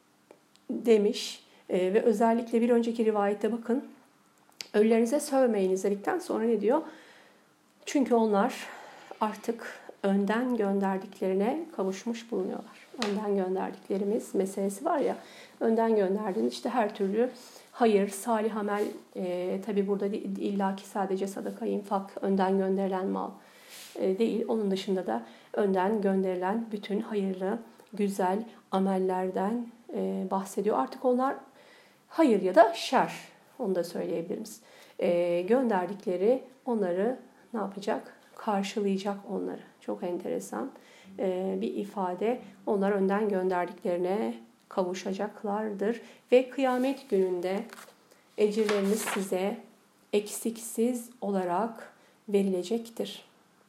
demiş. E, ve özellikle bir önceki rivayette bakın ölülerinize sövmeyiniz dedikten sonra ne diyor? Çünkü onlar artık önden gönderdiklerine kavuşmuş bulunuyorlar. Önden gönderdiklerimiz meselesi var ya, önden gönderdiğin işte her türlü hayır, salih amel, e, tabi burada illaki sadece sadaka, infak, önden gönderilen mal e, değil. Onun dışında da önden gönderilen bütün hayırlı, güzel amellerden e, bahsediyor. Artık onlar hayır ya da şer, onu da söyleyebiliriz. E, gönderdikleri onları ne yapacak? Karşılayacak onları. Çok enteresan e, bir ifade. Onlar önden gönderdiklerine kavuşacaklardır. Ve kıyamet gününde ecirleriniz size eksiksiz olarak verilecektir.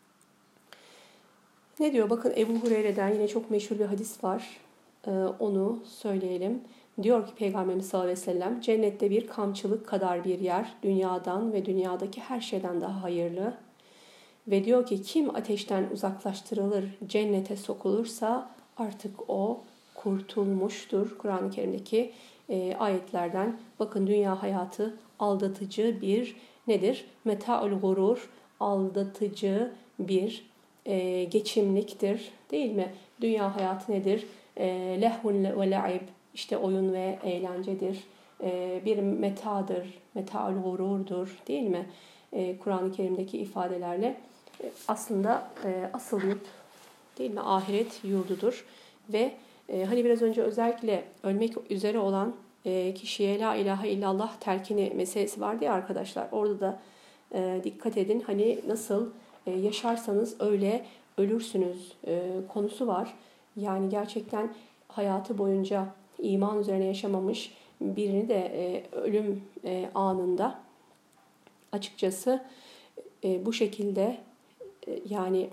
Ne diyor? Bakın Ebu Hureyre'den yine çok meşhur bir hadis var. Ee, onu söyleyelim. Diyor ki Peygamberimiz sallallahu aleyhi ve sellem, cennette bir kamçılık kadar bir yer dünyadan ve dünyadaki her şeyden daha hayırlı. Ve diyor ki kim ateşten uzaklaştırılır, cennete sokulursa artık o kurtulmuştur. Kur'an-ı Kerim'deki e, ayetlerden bakın dünya hayatı aldatıcı bir nedir? Meta'ul gurur, aldatıcı bir e, geçimliktir değil mi? Dünya hayatı nedir? E, lehvun ve la'ib, işte oyun ve eğlencedir. E, bir metadır, meta'ul gururdur değil mi? E, Kur'an-ı Kerim'deki ifadelerle e, aslında e, asıl yurt değil mi? Ahiret yurdudur ve e, hani biraz önce özellikle ölmek üzere olan e, kişiye la ilahe illallah telkini meselesi vardı ya arkadaşlar. Orada da e, dikkat edin hani nasıl e, yaşarsanız öyle ölürsünüz e, konusu var. Yani gerçekten hayatı boyunca iman üzerine yaşamamış birini de e, ölüm e, anında açıkçası e, bu şekilde e, yani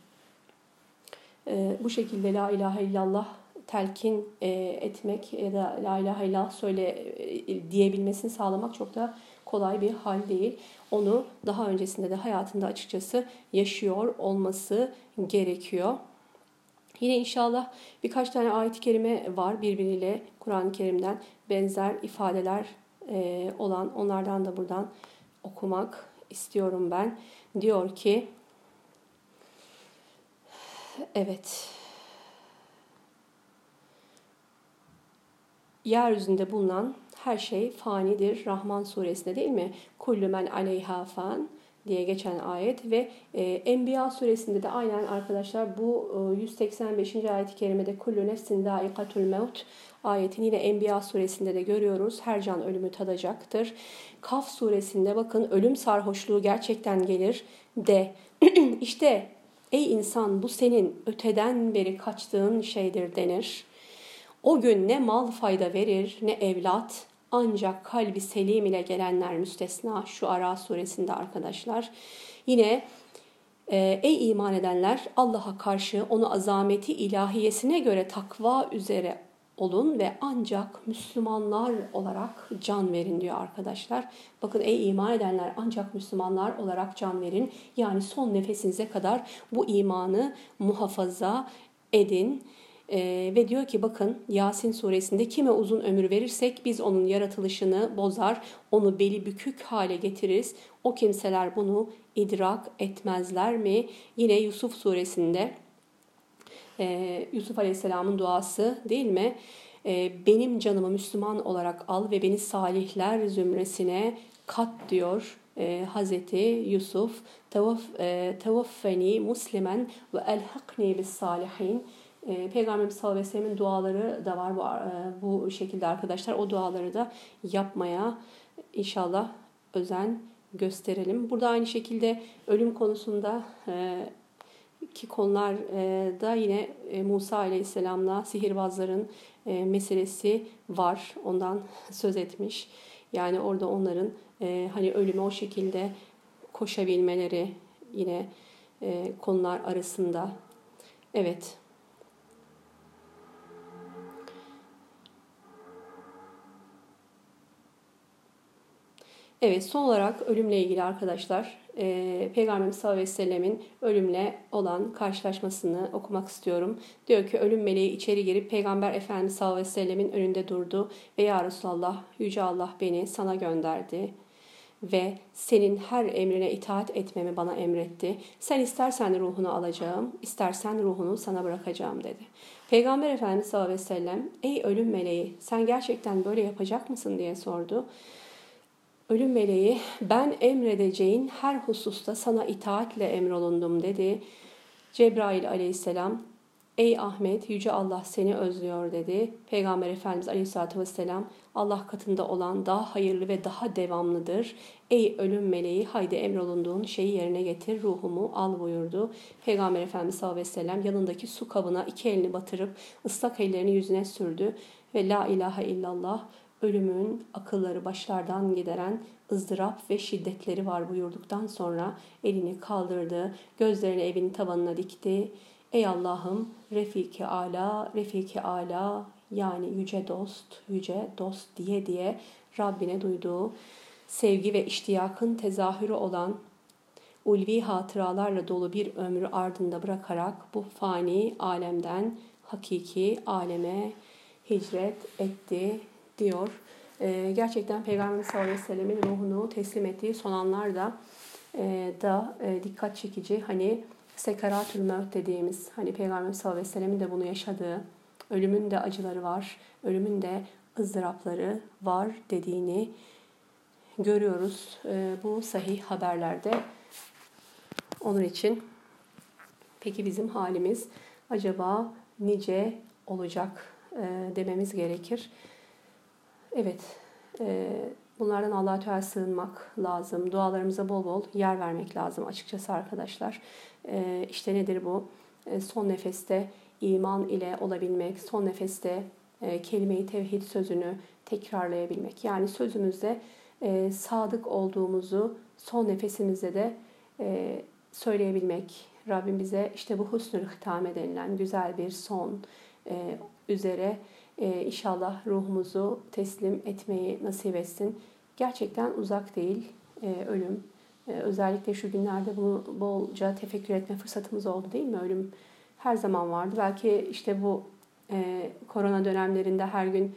e, bu şekilde la ilahe illallah telkin e, etmek ya da la ilahe illallah söyle e, diyebilmesini sağlamak çok da kolay bir hal değil. Onu daha öncesinde de hayatında açıkçası yaşıyor olması gerekiyor. Yine inşallah birkaç tane ayet-i kerime var birbiriyle Kur'an-ı Kerim'den benzer ifadeler e, olan, onlardan da buradan okumak istiyorum ben. Diyor ki, evet, yeryüzünde bulunan her şey fanidir. Rahman suresinde değil mi? Kullu men aleyha fan diye geçen ayet ve e, Enbiya suresinde de aynen arkadaşlar bu e, yüz seksen beşinci ayet-i kerimede kullu nefsin daikatul mevt ayetini yine Enbiya suresinde de görüyoruz. Her can ölümü tadacaktır. Kaf suresinde bakın ölüm sarhoşluğu gerçekten gelir de işte ey insan bu senin öteden beri kaçtığın şeydir denir. O gün ne mal fayda verir ne evlat, ancak kalbi selim ile gelenler müstesna. Şuara suresinde arkadaşlar. Yine e, ey iman edenler Allah'a karşı onu azameti ilahiyesine göre takva üzere olun ve ancak Müslümanlar olarak can verin diyor arkadaşlar. Bakın ey iman edenler ancak Müslümanlar olarak can verin. Yani son nefesinize kadar bu imanı muhafaza edin. Ee, ve diyor ki bakın Yasin suresinde kime uzun ömür verirsek biz onun yaratılışını bozar, onu beli bükük hale getiririz. O kimseler bunu idrak etmezler mi? Yine Yusuf suresinde e, Yusuf Aleyhisselam'ın duası değil mi? E, benim canımı Müslüman olarak al ve beni salihler zümresine kat diyor. E, Hazreti Yusuf tevaffeni muslimen ve elhakni bis salihin. E, Peygamberimiz sallallahu aleyhi ve sellem'in duaları da var bu, e, bu şekilde arkadaşlar. O duaları da yapmaya inşallah özen gösterelim. Burada aynı şekilde ölüm konusunda e, ki konular e, da yine e, Musa aleyhisselamla sihirbazların e, meselesi var. Ondan söz etmiş. Yani orada onların e, hani ölüme o şekilde koşabilmeleri yine e, konular arasında. Evet. Evet, son olarak ölümle ilgili arkadaşlar e, Peygamberimiz sallallahu aleyhi ve sellemin ölümle olan karşılaşmasını okumak istiyorum. Diyor ki ölüm meleği içeri girip Peygamber Efendimiz sallallahu aleyhi ve sellemin önünde durdu ve ya Resulallah Yüce Allah beni sana gönderdi ve senin her emrine itaat etmemi bana emretti. Sen istersen ruhunu alacağım, istersen ruhunu sana bırakacağım dedi. Peygamber Efendimiz sallallahu aleyhi ve sellem ey ölüm meleği sen gerçekten böyle yapacak mısın diye sordu. Ölüm meleği, ben emredeceğin her hususta sana itaatle emrolundum dedi. Cebrail aleyhisselam, ey Ahmet, Yüce Allah seni özlüyor dedi. Peygamber Efendimiz aleyhissalatü vesselam, Allah katında olan daha hayırlı ve daha devamlıdır. Ey ölüm meleği, haydi emrolunduğun şeyi yerine getir, ruhumu al buyurdu. Peygamber Efendimiz sallallahu aleyhi ve sellem yanındaki su kabına iki elini batırıp ıslak ellerini yüzüne sürdü ve la ilahe illallah, ölümün akılları başlardan gideren ızdırap ve şiddetleri var buyurduktan sonra elini kaldırdı, gözlerini evin tavanına dikti. Ey Allah'ım, Refik-i Ala, Refik-i Ala, yani yüce dost, yüce dost diye diye Rabbine duyduğu sevgi ve iştiyakın tezahürü olan ulvi hatıralarla dolu bir ömrü ardında bırakarak bu fani alemden hakiki aleme hicret etti diyor. Ee, gerçekten Peygamber sallallahu aleyhi ve sellemin ruhunu teslim ettiği son anlarda e, da e, dikkat çekici. Hani sekaratül mevt dediğimiz, hani Peygamber sallallahu aleyhi ve sellemin de bunu yaşadığı, ölümün de acıları var, ölümün de ızdırapları var dediğini görüyoruz e, bu sahih haberlerde. Onun için peki bizim halimiz acaba nice olacak e, dememiz gerekir. Evet, e, bunlardan Allah-u Teala sığınmak lazım. Dualarımıza bol bol yer vermek lazım açıkçası arkadaşlar. E, işte nedir bu? E, son nefeste iman ile olabilmek, son nefeste e, kelime-i tevhid sözünü tekrarlayabilmek. Yani sözümüzde e, sadık olduğumuzu son nefesimizde de e, söyleyebilmek. Rabbim bize işte bu husnül hitame denilen güzel bir son e, üzere e, inşallah ruhumuzu teslim etmeyi nasip etsin. Gerçekten uzak değil e, ölüm. E, özellikle şu günlerde bunu bolca tefekkür etme fırsatımız oldu değil mi? Ölüm her zaman vardı. Belki işte bu e, korona dönemlerinde her gün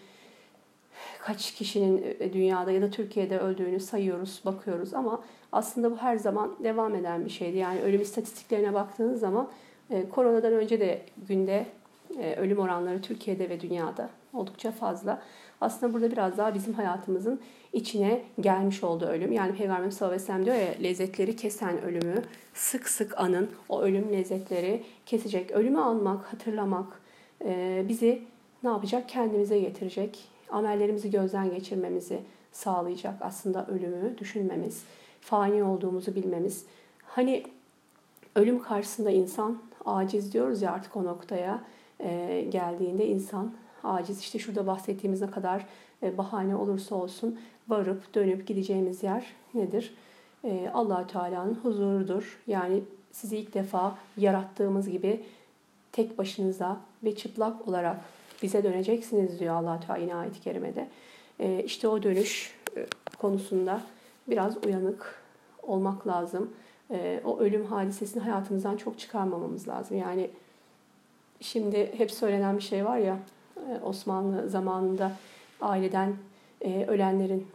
kaç kişinin dünyada ya da Türkiye'de öldüğünü sayıyoruz, bakıyoruz ama aslında bu her zaman devam eden bir şeydi. Yani ölüm istatistiklerine baktığınız zaman e, koronadan önce de günde e, ölüm oranları Türkiye'de ve dünyada oldukça fazla. Aslında burada biraz daha bizim hayatımızın içine gelmiş oldu ölüm. Yani Peygamber sallallahu aleyhi ve sellem diyor ya, lezzetleri kesen ölümü sık sık anın, o ölüm lezzetleri kesecek. Ölümü anmak, hatırlamak e, bizi ne yapacak? Kendimize getirecek. Amellerimizi gözden geçirmemizi sağlayacak aslında ölümü düşünmemiz, fani olduğumuzu bilmemiz. Hani ölüm karşısında insan aciz diyoruz ya, artık o noktaya e, geldiğinde insan aciz. İşte şurada bahsettiğimiz ne kadar e, bahane olursa olsun varıp dönüp gideceğimiz yer nedir? E, Allah-u Teala'nın huzurudur. Yani sizi ilk defa yarattığımız gibi tek başınıza ve çıplak olarak bize döneceksiniz diyor Allah-u Teala yine ayet-i kerimede. E, işte o dönüş e, konusunda biraz uyanık olmak lazım. E, o ölüm hadisesini hayatımızdan çok çıkarmamamız lazım. Yani şimdi hep söylenen bir şey var ya, e, Osmanlı zamanında aileden e, ölenlerin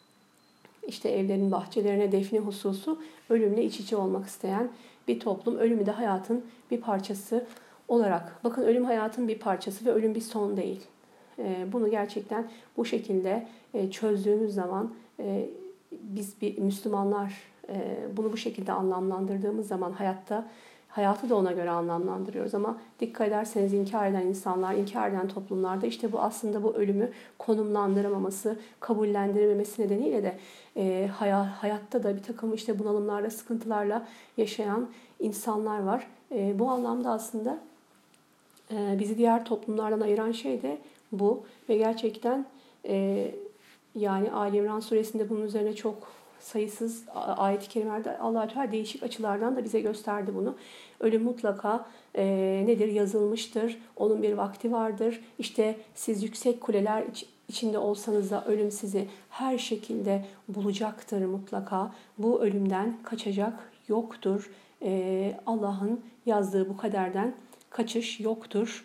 işte evlerin bahçelerine defni hususu, ölümle iç içe olmak isteyen bir toplum. Ölümü de hayatın bir parçası olarak. Bakın, ölüm hayatın bir parçası ve ölüm bir son değil. Bunu gerçekten bu şekilde çözdüğümüz zaman, biz bir Müslümanlar bunu bu şekilde anlamlandırdığımız zaman hayatta hayatı da ona göre anlamlandırıyoruz. Ama dikkat ederseniz inkar eden insanlar, inkar eden toplumlarda işte bu aslında bu ölümü konumlandıramaması, kabullendirememesi nedeniyle de e, hayatta da bir takım işte bunalımlarla, sıkıntılarla yaşayan insanlar var. E, bu anlamda aslında e, bizi diğer toplumlardan ayıran şey de bu. Ve gerçekten e, yani Ali İmran suresinde bunun üzerine çok sayısız ayet-i kerimelerde Allah-u Teala değişik açılardan da bize gösterdi bunu. Ölüm mutlaka e, nedir? Yazılmıştır. Onun bir vakti vardır. İşte siz yüksek kuleler iç, içinde olsanız da ölüm sizi her şekilde bulacaktır mutlaka. Bu ölümden kaçacak yoktur. E, Allah'ın yazdığı bu kaderden kaçış yoktur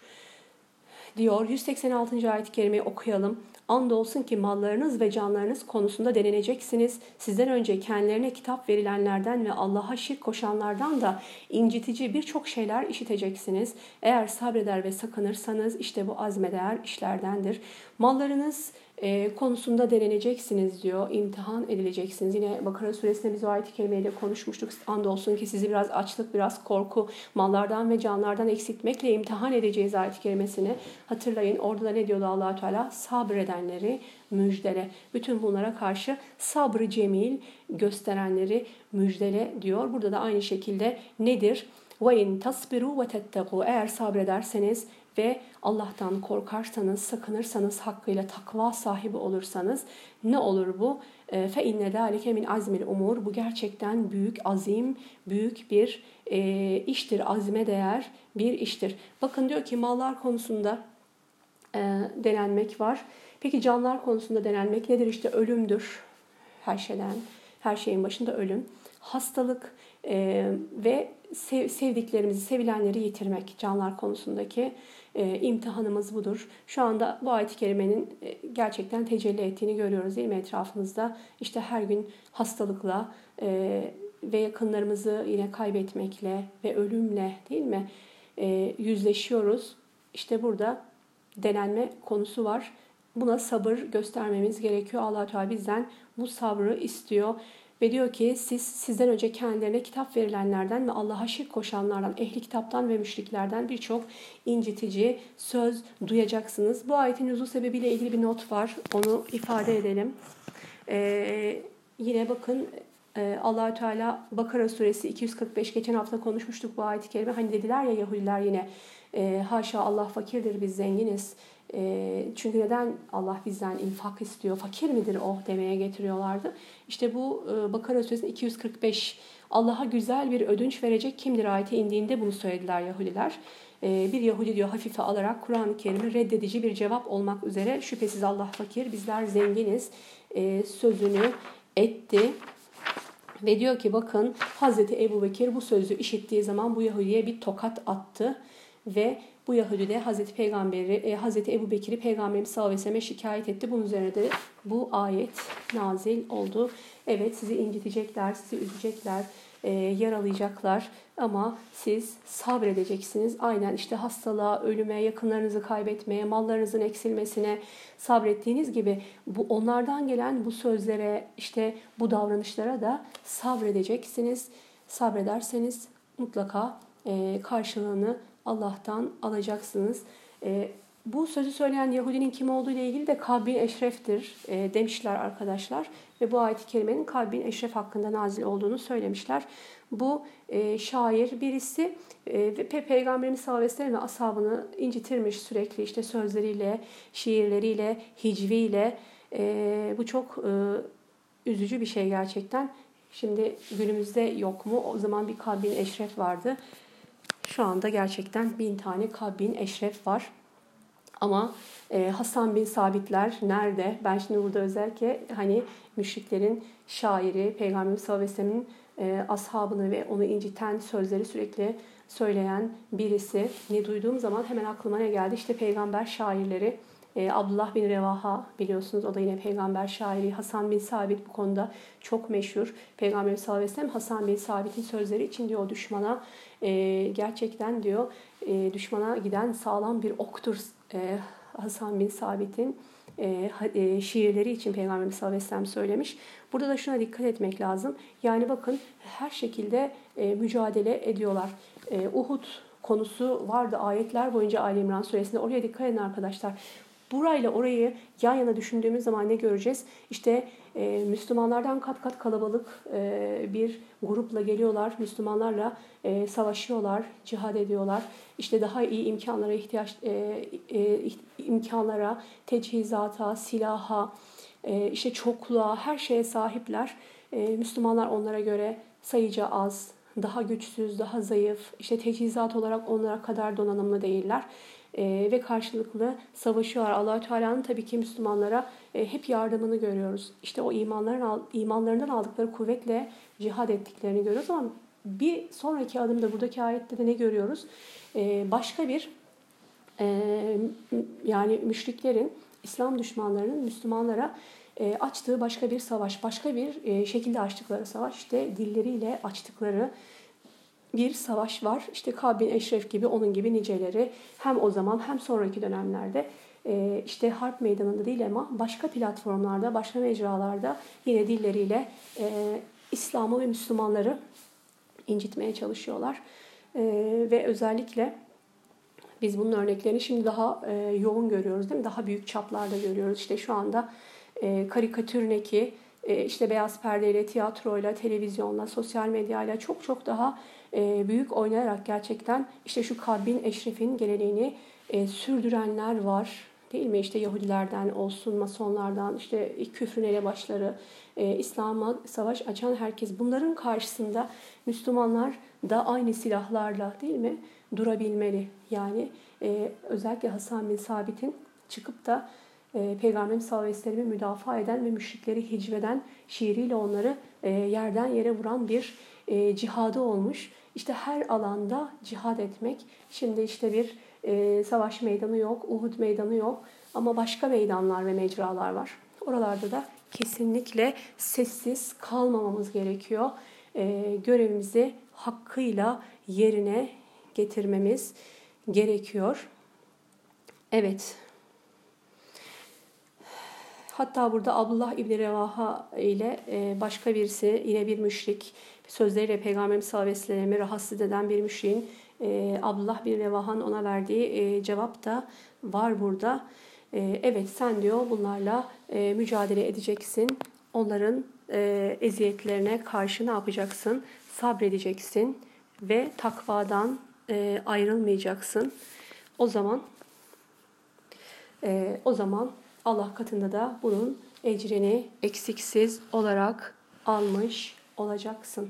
diyor. yüz seksen altıncı ayet-i kerimeyi okuyalım. Andolsun ki mallarınız ve canlarınız konusunda deneneceksiniz. Sizden önce kendilerine kitap verilenlerden ve Allah'a şirk koşanlardan da incitici birçok şeyler işiteceksiniz. Eğer sabreder ve sakınırsanız işte bu azmeder işlerdendir. Mallarınız e, konusunda deneneceksiniz diyor. İmtihan edileceksiniz. Yine Bakara suresinde biz o ayet-i kerimeyle konuşmuştuk. Andolsun ki sizi biraz açlık, biraz korku, mallardan ve canlardan eksiltmekle imtihan edeceğiz ayet-i kerimesini hatırlayın. Orada da ne diyordu Allah-u Teala? Sabredenleri müjdele. Bütün bunlara karşı sabrı cemil gösterenleri müjdele diyor. Burada da aynı şekilde nedir? وَاِنْ تَصْبِرُوا وَتَتَّقُوا Eğer sabrederseniz ve Allah'tan korkarsanız, sakınırsanız, hakkıyla takva sahibi olursanız ne olur bu? فَاِنَّ ذَٰلِكَ مِنْ عَزْمِ الْاُمُورِ Bu gerçekten büyük azim, büyük bir e, iştir, azme değer bir iştir. Bakın diyor ki mallar konusunda e, denenmek var. Peki canlar konusunda denenmek nedir? İşte ölümdür her şeyden, her şeyin başında ölüm. Hastalık e, ve sev, sevdiklerimizi, sevilenleri yitirmek canlar konusundaki e, imtihanımız budur. Şu anda bu ayet-i kerimenin e, gerçekten tecelli ettiğini görüyoruz değil mi etrafımızda? İşte her gün hastalıkla e, ve yakınlarımızı yine kaybetmekle ve ölümle değil mi e, yüzleşiyoruz. İşte burada denenme konusu var. Buna sabır göstermemiz gerekiyor. Allah-u Teala bizden bu sabrı istiyor. Ve diyor ki siz sizden önce kendilerine kitap verilenlerden ve Allah'a şirk koşanlardan, ehli kitaptan ve müşriklerden birçok incitici söz duyacaksınız. Bu ayetin nüzul sebebiyle ilgili bir not var. Onu ifade edelim. Ee, yine bakın e, Allah-u Teala Bakara suresi iki yüz kırk beş geçen hafta konuşmuştuk bu ayet-i kerime. Hani dediler ya Yahudiler yine e, haşa Allah fakirdir biz zenginiz. E, çünkü neden Allah bizden infak istiyor? Fakir midir o demeye getiriyorlardı. İşte bu e, Bakara suresi iki yüz kırk beş Allah'a güzel bir ödünç verecek kimdir ayeti indiğinde bunu söylediler Yahudiler. E, bir Yahudi diyor hafife alarak Kur'an-ı Kerim'i reddedici bir cevap olmak üzere şüphesiz Allah fakir, bizler zenginiz e, sözünü etti. Ve diyor ki bakın Hazreti Ebubekir bu sözü işittiği zaman bu Yahudi'ye bir tokat attı ve bu Yahudi de Hazreti Peygamberi, e, Hazreti Ebubekir'i Peygamberimiz sallallahu aleyhi ve sellem'e şikayet etti. Bunun üzerine de bu ayet nazil oldu. Evet sizi incitecekler, sizi üzecekler, e, yaralayacaklar ama siz sabredeceksiniz. Aynen işte hastalığa, ölüme, yakınlarınızı kaybetmeye, mallarınızın eksilmesine sabrettiğiniz gibi bu onlardan gelen bu sözlere, işte bu davranışlara da sabredeceksiniz. Sabrederseniz mutlaka e, karşılığını Allah'tan alacaksınız. E, bu sözü söyleyen Yahudinin kim olduğu ile ilgili de Kab bin Eşref'tir e, demişler arkadaşlar. Ve bu ayet-i kerimenin Kab bin Eşref hakkında nazil olduğunu söylemişler. Bu e, şair birisi e, ve Pe Peygamberimiz sallallahu aleyhi ve sellem ve ashabını incitirmiş sürekli işte sözleriyle, şiirleriyle, hicviyle. E, bu çok e, üzücü bir şey gerçekten. Şimdi günümüzde yok mu? O zaman bir Kab bin Eşref vardı. Şu anda gerçekten bin tane Kab bin Eşref var. Ama e, Hasan bin Sabitler nerede? Ben şimdi burada özellikle hani müşriklerin şairi, Peygamberimiz sallallahu aleyhi ve sellem'in e, ashabını ve onu inciten sözleri sürekli söyleyen birisi. Ne duyduğum zaman hemen aklıma ne geldi? İşte peygamber şairleri. E, Abdullah bin Revaha biliyorsunuz o da yine peygamber şairi. Hasan bin Sabit bu konuda çok meşhur. Peygamberimiz sallallahu aleyhi ve sellem Hasan bin Sabit'in sözleri için diyor düşmana e, gerçekten diyor e, düşmana giden sağlam bir oktur e, Hasan bin Sabit'in e, e, şiirleri için Peygamberimiz sallallahu aleyhi ve sellem söylemiş. Burada da şuna dikkat etmek lazım. Yani bakın her şekilde e, mücadele ediyorlar. E, Uhud konusu vardı ayetler boyunca Ali İmran suresinde. Oraya dikkat edin arkadaşlar. Burayla orayı yan yana düşündüğümüz zaman ne göreceğiz? İşte e, Müslümanlardan kat kat kalabalık e, bir grupla geliyorlar. Müslümanlarla e, savaşıyorlar, cihad ediyorlar. İşte daha iyi imkanlara ihtiyaç, e, e, imkanlara, teçhizata, silaha, e, işte çokluğa, her şeye sahipler. E, Müslümanlar onlara göre sayıca az, daha güçsüz, daha zayıf, işte teçhizat olarak onlara kadar donanımlı değiller. Ee, ve karşılıklı savaşıyorlar. Allah-u Teala'nın tabii ki Müslümanlara e, hep yardımını görüyoruz. İşte o imanların imanlarından aldıkları kuvvetle cihad ettiklerini görüyoruz ama bir sonraki adımda buradaki ayette de ne görüyoruz? Ee, başka bir e, yani müşriklerin, İslam düşmanlarının Müslümanlara e, açtığı başka bir savaş, başka bir e, şekilde açtıkları savaş, işte dilleriyle açtıkları bir savaş var. İşte Kab bin Eşref gibi onun gibi niceleri hem o zaman hem sonraki dönemlerde e, işte harp meydanında değil ama başka platformlarda, başka mecralarda yine dilleriyle e, İslam'ı ve Müslümanları incitmeye çalışıyorlar. E, ve özellikle biz bunun örneklerini şimdi daha e, yoğun görüyoruz değil mi? Daha büyük çaplarda görüyoruz. İşte şu anda e, karikatüründeki e, işte beyaz perdeyle, tiyatroyla, televizyonla, sosyal medyayla çok çok daha e, büyük oynayarak gerçekten işte şu Kabbin Eşref'in geleneğini e, sürdürenler var. Değil mi? İşte Yahudilerden olsun, Masonlardan, işte küfrün elebaşları, e, İslam'a savaş açan herkes. Bunların karşısında Müslümanlar da aynı silahlarla değil mi durabilmeli. Yani e, özellikle Hasan bin Sabit'in çıkıp da e, Peygamberimiz sallallahu aleyhi ve sellem'i müdafaa eden ve müşrikleri hicveden şiiriyle onları e, yerden yere vuran bir e, cihadı olmuş. İşte her alanda cihad etmek. Şimdi işte bir e, savaş meydanı yok, Uhud meydanı yok ama başka meydanlar ve mecralar var. Oralarda da kesinlikle sessiz kalmamamız gerekiyor. E, görevimizi hakkıyla yerine getirmemiz gerekiyor. Evet. Hatta burada Abdullah İbni Revaha ile başka birisi, yine bir müşrik, sözleriyle Peygamberimiz sallallahu aleyhi ve sellem'i rahatsız eden bir müşriğin Abdullah bin Revaha'nın ona verdiği cevap da var burada. Evet, sen diyor bunlarla mücadele edeceksin. Onların eziyetlerine karşı ne yapacaksın? Sabredeceksin ve takvadan ayrılmayacaksın. O zaman o zaman Allah katında da bunun ecrini eksiksiz olarak almış olacaksın.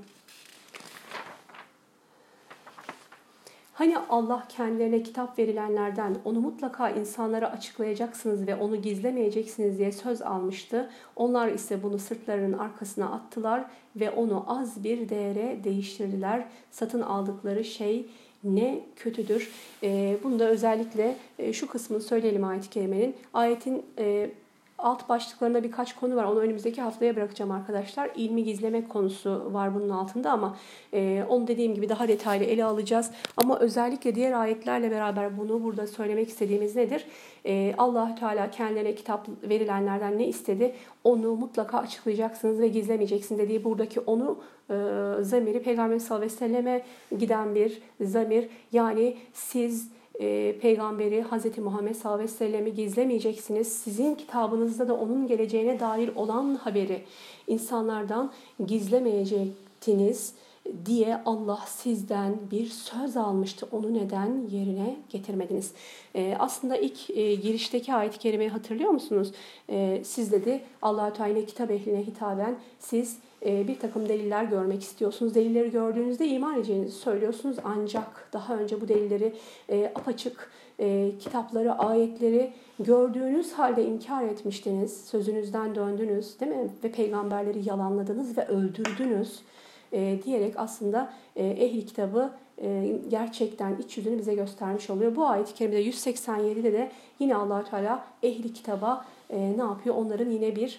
Hani Allah kendilerine kitap verilenlerden onu mutlaka insanlara açıklayacaksınız ve onu gizlemeyeceksiniz diye söz almıştı. Onlar ise bunu sırtlarının arkasına attılar ve onu az bir değere değiştirdiler. Satın aldıkları şey ne kötüdür. E, bunu da özellikle e, şu kısmını söyleyelim ayet-i kerimenin. Ayetin e, alt başlıklarında birkaç konu var. Onu önümüzdeki haftaya bırakacağım arkadaşlar. İlmi gizlemek konusu var bunun altında ama e, onu dediğim gibi daha detaylı ele alacağız. Ama özellikle diğer ayetlerle beraber bunu burada söylemek istediğimiz nedir? E, Allah Teala kendilerine kitap verilenlerden ne istedi? Onu mutlaka açıklayacaksınız ve gizlemeyeceksiniz dediği buradaki onu e, zamiri Peygamber sallallahu aleyhi ve selleme giden bir zamir. Yani siz E, Peygamberi Hz. Muhammed sallallahu aleyhi ve sellem'i gizlemeyeceksiniz. Sizin kitabınızda da onun geleceğine dair olan haberi insanlardan gizlemeyecektiniz diye Allah sizden bir söz almıştı. Onu neden yerine getirmediniz? E, aslında ilk e, girişteki ayet-i kerimeyi hatırlıyor musunuz? E, siz dedi Allah-u Teala kitap ehline hitaben siz e, bir takım deliller görmek istiyorsunuz. Delilleri gördüğünüzde iman edeceğinizi söylüyorsunuz. Ancak daha önce bu delilleri e, apaçık e, kitapları, ayetleri gördüğünüz halde inkar etmiştiniz. Sözünüzden döndünüz, değil mi? Ve peygamberleri yalanladınız ve öldürdünüz. E, diyerek aslında e, ehli kitabı e, gerçekten iç yüzünü bize göstermiş oluyor. Bu ayet-i kerimede yüz seksen yedide de yine Allah-u Teala ehli kitaba e, ne yapıyor? Onların yine bir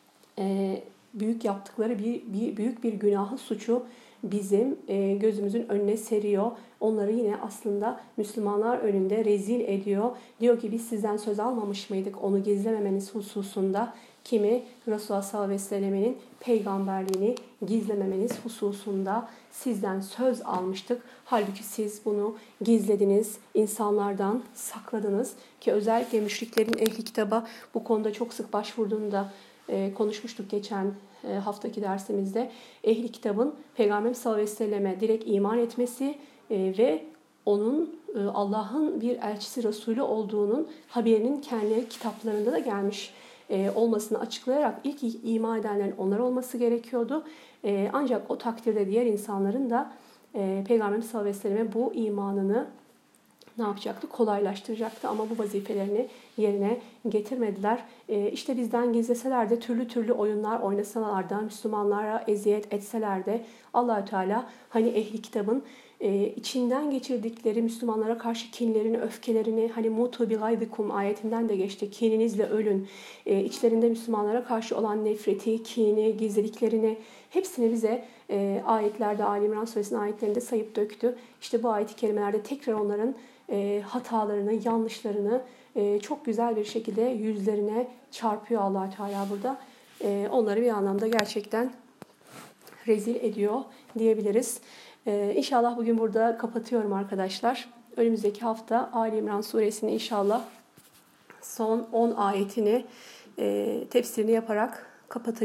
e, büyük yaptıkları bir, bir büyük bir günahı, suçu bizim e, gözümüzün önüne seriyor. Onları yine aslında Müslümanlar önünde rezil ediyor. Diyor ki biz sizden söz almamış mıydık onu gizlememeniz hususunda? Kimi Resulullah sallallahu aleyhi ve sellem'in peygamberliğini gizlememeniz hususunda sizden söz almıştık. Halbuki siz bunu gizlediniz, insanlardan sakladınız ki özellikle müşriklerin ehli kitaba bu konuda çok sık başvurduğunu da e, konuşmuştuk geçen e, haftaki dersimizde. Ehli kitabın Peygamber sallallahu aleyhi ve selleme direkt iman etmesi e, ve onun e, Allah'ın bir elçisi, Resulü olduğunun haberinin kendi kitaplarında da gelmiş olmasını açıklayarak ilk iman edenlerin onlar olması gerekiyordu. Ancak o takdirde diğer insanların da Peygamberimiz sallallahu aleyhi ve selleme bu imanını ne yapacaktı? Kolaylaştıracaktı ama bu vazifelerini yerine getirmediler. İşte bizden gizleseler de türlü türlü oyunlar oynasalar da Müslümanlara eziyet etseler de Allah-u Teala hani ehli kitabın içinden geçirdikleri Müslümanlara karşı kinlerini, öfkelerini hani mutu bi gaydikum ayetinden de geçti. Kininizle ölün. İçlerinde Müslümanlara karşı olan nefreti, kini, gizlediklerini hepsini bize ayetlerde, Ali İmran Suresinin ayetlerinde sayıp döktü. İşte bu ayet-i kerimelerde tekrar onların hatalarını, yanlışlarını e, çok güzel bir şekilde yüzlerine çarpıyor Allah Teala burada. E, onları bir anlamda gerçekten rezil ediyor diyebiliriz. E, İnşallah bugün burada kapatıyorum arkadaşlar. Önümüzdeki hafta Ali İmran suresini inşallah son on ayetini e, tefsirini yaparak kapatacağım.